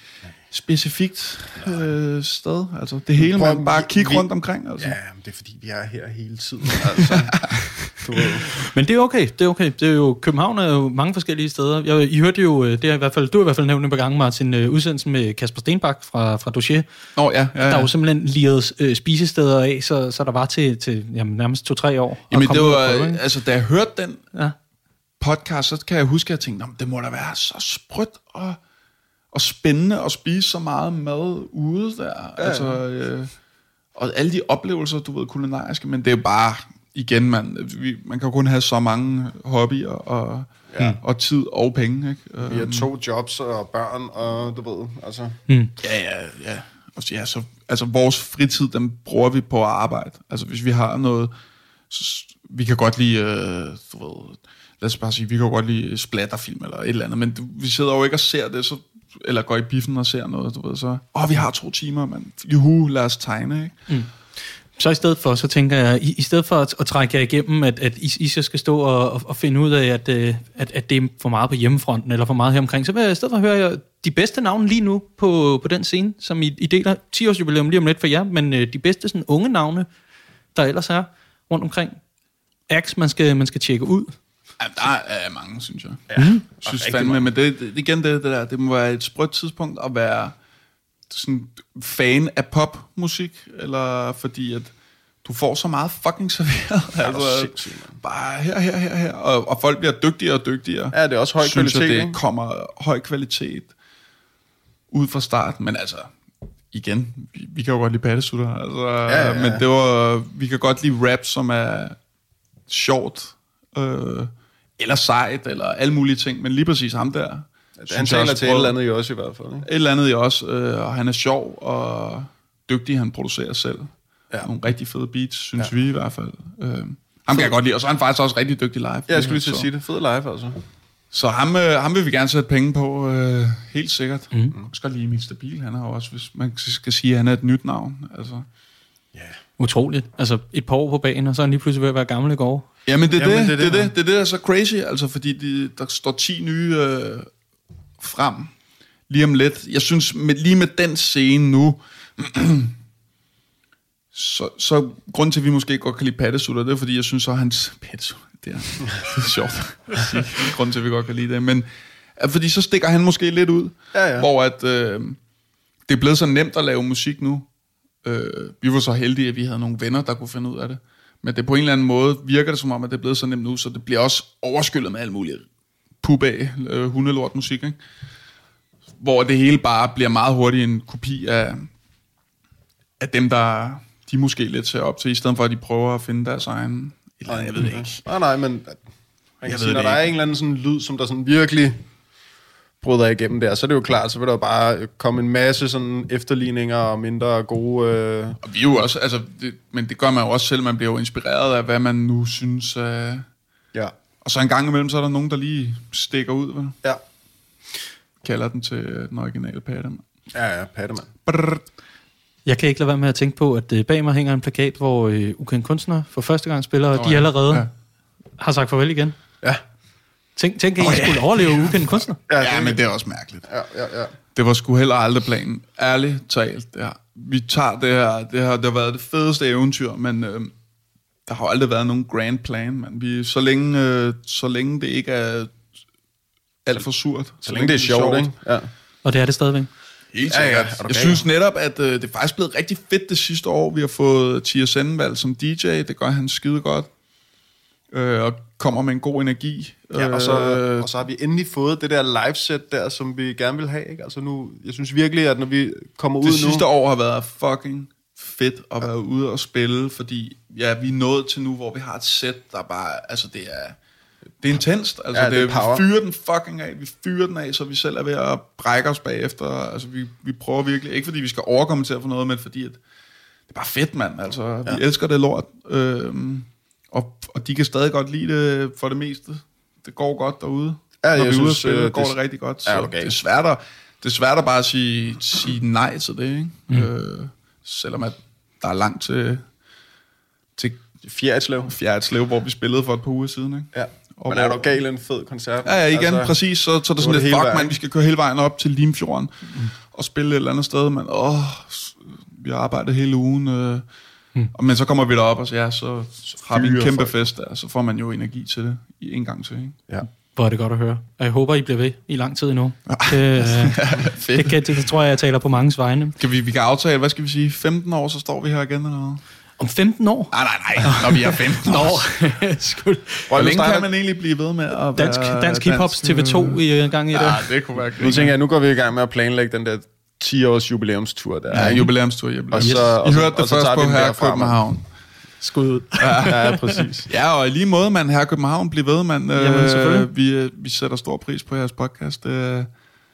Speaker 2: specifikt øh, sted. Altså det hele,
Speaker 3: Prøv,
Speaker 2: man bare
Speaker 3: vi-
Speaker 2: kigge
Speaker 3: vi-
Speaker 2: rundt omkring. Altså.
Speaker 3: Ja, men det er fordi, vi er her hele tiden. Altså, du ved.
Speaker 4: Men det er okay, det er okay. Det er jo, København er jo mange forskellige steder. Jeg, I hørte jo, det er i hvert fald, du har i hvert fald nævnt et par gange, Martin, øh, udsendelsen med Kasper Stenbak fra, fra Dossier.
Speaker 2: Nå ja, ja, ja.
Speaker 4: Der er jo simpelthen liret øh, spisesteder af, så, så der var til, til jamen, nærmest to-tre år. at
Speaker 2: Jamen
Speaker 4: komme
Speaker 2: det
Speaker 4: ud og
Speaker 2: var,
Speaker 4: prøve, ikke?
Speaker 2: altså da jeg hørte den
Speaker 4: Ja.
Speaker 2: podcast, så kan jeg huske, at jeg tænkte, det må da være så sprødt og, og spændende at spise så meget mad ude der. Ja, altså, øh, og alle de oplevelser, du ved, kulinariske, men det er jo bare, igen, man, vi, man kan jo kun have så mange hobbyer og, ja. og tid og penge. Ikke?
Speaker 3: Vi har to jobs og børn, og du ved, altså...
Speaker 4: Mm.
Speaker 2: Ja, ja, ja. Og ja så, altså vores fritid, den bruger vi på at arbejde. Altså hvis vi har noget, så, vi kan godt lide, øh, du ved, lad os bare sige, vi kan godt lide splatterfilm eller et eller andet, men du, vi sidder jo ikke og ser det, så, eller går i biffen og ser noget, du ved, så, åh, vi har to timer, mand, juhu, lad os tegne, ikke?
Speaker 4: Mm. Så i stedet for, så tænker jeg, i, i stedet for at, at trække jer igennem, at, at I, I så skal stå og, og, og finde ud af, at, at, at det er for meget på hjemmefronten, eller for meget her omkring, så vil jeg i stedet for høre jer de bedste navne lige nu på, på den scene, som I, I deler ti års jubilæum lige om lidt for jer, men øh, de bedste sådan unge navne, der ellers er rundt omkring. Acts, man skal, man skal tjekke ud.
Speaker 2: Ja, der er mange, synes jeg.
Speaker 3: Ja,
Speaker 2: Jeg
Speaker 3: og
Speaker 2: synes
Speaker 3: rigtig
Speaker 2: fandme,
Speaker 3: mange.
Speaker 2: men det, det, igen det, det der, det må være et sprødt tidspunkt at være sådan fan af popmusik, eller fordi at du får så meget fucking serveret.
Speaker 3: Ja,
Speaker 2: altså,
Speaker 3: det er sindssygt, mand.
Speaker 2: bare her, her, her, her. Og, og folk bliver dygtigere og dygtigere.
Speaker 3: Ja, det er også høj
Speaker 2: synes
Speaker 3: kvalitet,
Speaker 2: jeg, det
Speaker 3: ikke?
Speaker 2: kommer høj kvalitet ud fra start. Men altså, igen, vi, vi kan jo godt lide pattesutter. Altså,
Speaker 3: Ja, ja, ja.
Speaker 2: men det var, vi kan godt lide rap, som er sjovt, øh, eller sejt, eller alle mulige ting. Men lige præcis ham der.
Speaker 3: Han taler til et eller andet i også i hvert fald, ikke?
Speaker 2: Et eller andet i også, øh, og han er sjov og dygtig, han producerer selv.
Speaker 3: Ja.
Speaker 2: Nogle rigtig fede beats, synes
Speaker 3: Ja.
Speaker 2: vi i hvert fald. Øh, ham kan jeg godt lide, og så er han faktisk også rigtig dygtig live.
Speaker 3: Ja, jeg skulle lige til at
Speaker 2: Så-
Speaker 3: sige det. Fed live, altså.
Speaker 2: Så ham, øh, ham vil vi gerne sætte penge på, øh, helt sikkert.
Speaker 4: Mm.
Speaker 2: Jeg skal lige Emil Stabil, han har jo også, hvis man skal sige, at han er et nyt navn. Altså.
Speaker 4: Utroligt. Altså et par år på banen, og så er han lige pludselig ved at være gammel i går.
Speaker 2: Jamen det er
Speaker 3: Jamen,
Speaker 2: det,
Speaker 3: det er
Speaker 2: det, det,
Speaker 3: det,
Speaker 2: det, det, det er så crazy, altså, fordi de, der står ti nye øh, frem lige om lidt. Jeg synes, med, lige med den scene nu, så, så grund til, at vi måske godt kan lide pattesutter, det er, fordi jeg synes, så hans pattesutter, det er, det er sjovt at sige. Grund til, at vi godt kan lide det, men at fordi så stikker han måske lidt ud,
Speaker 3: Ja, ja.
Speaker 2: hvor at, øh, det er blevet så nemt at lave musik nu. Øh, vi var så heldige, at vi havde nogle venner, der kunne finde ud af det. Men det på en eller anden måde virker det som om, at det er blevet så nemt nu, så det bliver også overskyllet med alt muligt pup af, øh, hundelort musik, ikke? Hvor det hele bare bliver meget hurtigt en kopi af, af dem, der de måske lidt ser op til, i stedet for at de prøver at finde deres egen... Eller, jeg ved det ikke.
Speaker 3: Nej, nej, men man
Speaker 2: Jeg
Speaker 3: kan
Speaker 2: ved
Speaker 3: sige,
Speaker 2: det
Speaker 3: når der er
Speaker 2: ikke.
Speaker 3: en eller anden sådan lyd, som der sådan virkelig bryder igennem der, så er det jo klart, så vil der jo bare komme en masse sådan efterligninger og mindre gode... Øh...
Speaker 2: Og vi er jo også, altså, det, men det gør man jo også selv, man bliver jo inspireret af, hvad man nu synes. Øh,
Speaker 3: Ja.
Speaker 2: og så en gang imellem, så er der nogen, der lige stikker ud, vel?
Speaker 3: Ja.
Speaker 2: Kalder den til øh, den originale patte.
Speaker 3: Ja, ja, pattemand.
Speaker 2: Brrr.
Speaker 4: Jeg kan ikke lade være med at tænke på, at øh, bag mig hænger en plakat, hvor øh, ukendt kunstner for første gang spiller, og
Speaker 2: Nå,
Speaker 4: de
Speaker 2: ja.
Speaker 4: allerede
Speaker 2: Ja.
Speaker 4: har sagt farvel igen.
Speaker 3: Ja.
Speaker 4: Tænk, tænk at I
Speaker 2: Nå, ja.
Speaker 4: skulle overleve ukendt kunstner.
Speaker 2: Ja, men det er også mærkeligt.
Speaker 3: Ja, ja, ja.
Speaker 2: Det var sgu heller aldrig planen. Ærligt talt, ja. Vi tager det her, det har, det har været det fedeste eventyr, men øh, der har jo aldrig været nogen grand plan, men vi, så, længe, øh, så længe det ikke er alt for surt. Så,
Speaker 3: Så længe det er sjovt, ikke? Ja.
Speaker 4: Og det er det stadigvæk.
Speaker 2: Helt
Speaker 3: Ja, ja,
Speaker 2: sikkert.
Speaker 3: er du
Speaker 2: Jeg
Speaker 3: gal?
Speaker 2: synes netop, at øh, det er faktisk blevet rigtig fedt det sidste år. Vi har fået Thier Sennevald som D J. Det gør han skide godt. Øh, og kommer med en god energi.
Speaker 3: Ja, og så,
Speaker 2: Øh,
Speaker 3: og så har vi endelig fået det der live-set der, som vi gerne vil have, ikke? Altså nu, jeg synes virkelig, at når vi kommer ud
Speaker 2: det
Speaker 3: nu...
Speaker 2: sidste år har været fucking fedt at være ude og spille, fordi ja, vi er nået til nu, hvor vi har et sæt, der bare, altså det er Det er intenst. Altså,
Speaker 3: Ja, det er
Speaker 2: det,
Speaker 3: power.
Speaker 2: vi fyrer den fucking af. Vi fyrer den af, så vi selv er ved at brække os bagefter. Altså, vi, vi prøver virkelig, ikke fordi vi skal overkommentere for noget, men fordi at det er bare fedt, mand. Altså, ja. Vi elsker det lort. Øhm, og, og de kan stadig godt lide det for det meste. Det går godt derude.
Speaker 3: Ja,
Speaker 2: Når
Speaker 3: jeg
Speaker 2: vi er ude at
Speaker 3: synes,
Speaker 2: spille,
Speaker 3: øh,
Speaker 2: går
Speaker 3: det-
Speaker 2: det rigtig godt.
Speaker 3: Ja,
Speaker 2: Så
Speaker 3: okay.
Speaker 2: det er svært at, det er svært at bare sige, sige nej til det, ikke? Mm. Øh, selvom at der er langt til, til
Speaker 3: Fjerdslev.
Speaker 2: Fjerdslev, hvor vi spillede for et par uger siden, ikke?
Speaker 3: Ja.
Speaker 2: Og
Speaker 3: Men er
Speaker 2: hvor-
Speaker 3: du gal en fed koncert?
Speaker 2: Ja, ja, igen, altså, præcis. Så, så er det
Speaker 3: var
Speaker 2: sådan
Speaker 3: det
Speaker 2: lidt,
Speaker 3: hele
Speaker 2: fuck,
Speaker 3: vejen.
Speaker 2: man, vi skal køre hele vejen op til Limfjorden mm. og spille et eller andet sted, men åh, vi har arbejdet hele ugen. Øh, mm. og, men så kommer vi derop, og så, ja, så, så har vi en
Speaker 3: fyrer
Speaker 2: kæmpe
Speaker 3: folk.
Speaker 2: fest der, så får man jo energi til det i en gang til, ikke?
Speaker 3: Ja.
Speaker 4: Hvor er det godt at høre. Og jeg håber, I bliver ved i lang tid endnu. Det, øh, det, kan, det tror jeg, jeg taler på manges vegne.
Speaker 2: Kan vi, vi kan aftale, hvad skal vi sige, femten år, så står vi her igen, eller hvad?
Speaker 4: Om femten år?
Speaker 2: Nej, nej, nej, når vi er femten år.
Speaker 4: Skud.
Speaker 2: Hvor længe
Speaker 3: starter-
Speaker 2: kan man egentlig blive ved med at
Speaker 4: Dansk,
Speaker 2: være
Speaker 4: dansk hiphops T V to i gang i det.
Speaker 2: Ja, det kunne være
Speaker 3: Nu tænker jeg, nu går vi i gang med at planlægge den der ti-års jubilæumstur der.
Speaker 2: Ja, jubilæumstur. jubilæumstur.
Speaker 3: Og så-
Speaker 2: I
Speaker 3: og så-
Speaker 2: hørte det
Speaker 3: og så
Speaker 2: først
Speaker 3: tager
Speaker 2: på
Speaker 3: vi den
Speaker 2: her
Speaker 3: derfra,
Speaker 2: København.
Speaker 4: Skud ud.
Speaker 3: Ja, præcis.
Speaker 2: Ja, og i lige måde, man, her København, bliver ved, man.
Speaker 4: Jamen, selvfølgelig.
Speaker 2: Øh, vi, øh, vi sætter stor pris på jeres podcast. Øh,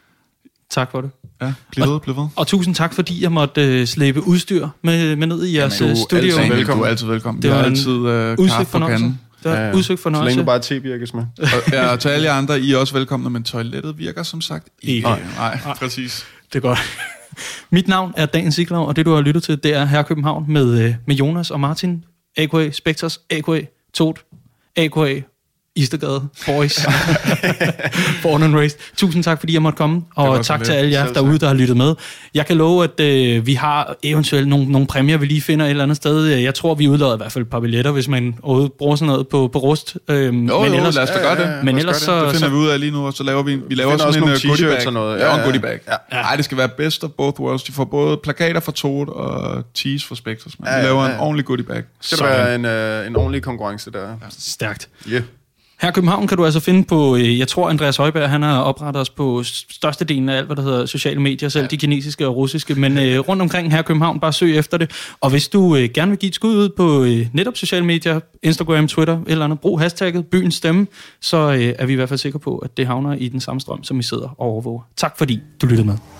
Speaker 4: Tak for det.
Speaker 2: ja, bliv ved, bliv ved.
Speaker 4: Og tusind tak, fordi jeg måtte øh, slæbe udstyr med, med ned i jeres
Speaker 2: Jamen,
Speaker 4: øh,
Speaker 2: du er
Speaker 4: studio.
Speaker 2: altid
Speaker 3: velkommen.
Speaker 2: velkommen. Du er altid velkommen.
Speaker 4: Det
Speaker 2: Vi har
Speaker 4: var en
Speaker 2: altid øh,
Speaker 4: Udsøgt
Speaker 2: kaffe på
Speaker 4: fornøjelse.
Speaker 2: kanden.
Speaker 4: Det var
Speaker 3: Ja,
Speaker 4: ja,
Speaker 3: ja.
Speaker 4: udsøgt
Speaker 3: Så længe
Speaker 4: fornøjelse.
Speaker 3: du bare te-virkes med.
Speaker 2: Og, ja, og til alle jer andre, I er også velkomne, men toilettet virker som sagt ikke.
Speaker 4: Ikke.
Speaker 2: Nej, nej, præcis.
Speaker 4: Det er godt. Mit navn er Dan Siglau, og det du har lyttet til, det er Her København med, øh, med Jonas og Martin, A K A Spectres, A K A Tot, A K A Istergade Boys. Born and raised. Tusind tak, fordi jeg måtte komme,
Speaker 2: var
Speaker 4: og
Speaker 2: så
Speaker 4: tak
Speaker 2: lidt.
Speaker 4: til alle jer
Speaker 3: Selv
Speaker 4: derude, der har lyttet med. Jeg kan love, at øh, vi har eventuelt nogle, nogle præmier, vi lige finder et eller andet sted. Jeg tror, vi udlader i hvert fald et par billetter, hvis man overhovedet bruger sådan noget på, på rust. Øhm,
Speaker 2: Jo,
Speaker 4: men
Speaker 2: jo,
Speaker 4: ellers,
Speaker 2: lad os da gøre det.
Speaker 4: men
Speaker 2: Lad os
Speaker 4: ellers
Speaker 2: gøre det.
Speaker 4: så-
Speaker 2: Det finder
Speaker 4: så-
Speaker 2: vi ud af lige nu, og så laver vi, vi laver
Speaker 3: finder
Speaker 2: sådan
Speaker 3: også
Speaker 2: en
Speaker 3: nogle
Speaker 2: uh, goodie
Speaker 3: t-shirts
Speaker 2: bag.
Speaker 3: og noget.
Speaker 2: Ja,
Speaker 3: Ja,
Speaker 2: og en
Speaker 3: ja.
Speaker 2: goodie bag.
Speaker 3: Ja.
Speaker 2: Nej, det skal være best of both worlds. De får både plakater fra Toad og tees fra Spectres. Man.
Speaker 3: Ja,
Speaker 2: Vi
Speaker 3: ja,
Speaker 2: laver
Speaker 3: ja.
Speaker 2: en ordentlig goodie bag.
Speaker 3: Skal der være en, øh, en ordentlig konkurrence der?
Speaker 4: Stærkt.
Speaker 3: Yeah.
Speaker 4: Her i København kan du altså finde på, øh, jeg tror Andreas Højberg, han har oprettet os på størstedelen af alt, hvad der hedder sociale medier, selv ja. de kinesiske og russiske, men øh, rundt omkring her i København, bare søg efter det. Og hvis du øh, gerne vil give et skud ud på øh, netop sociale medier, Instagram, Twitter eller andet, brug hashtagget byens stemme, så øh, er vi i hvert fald sikre på, at det havner i den samme strøm, som I sidder og overvåger. Tak fordi du lyttede med.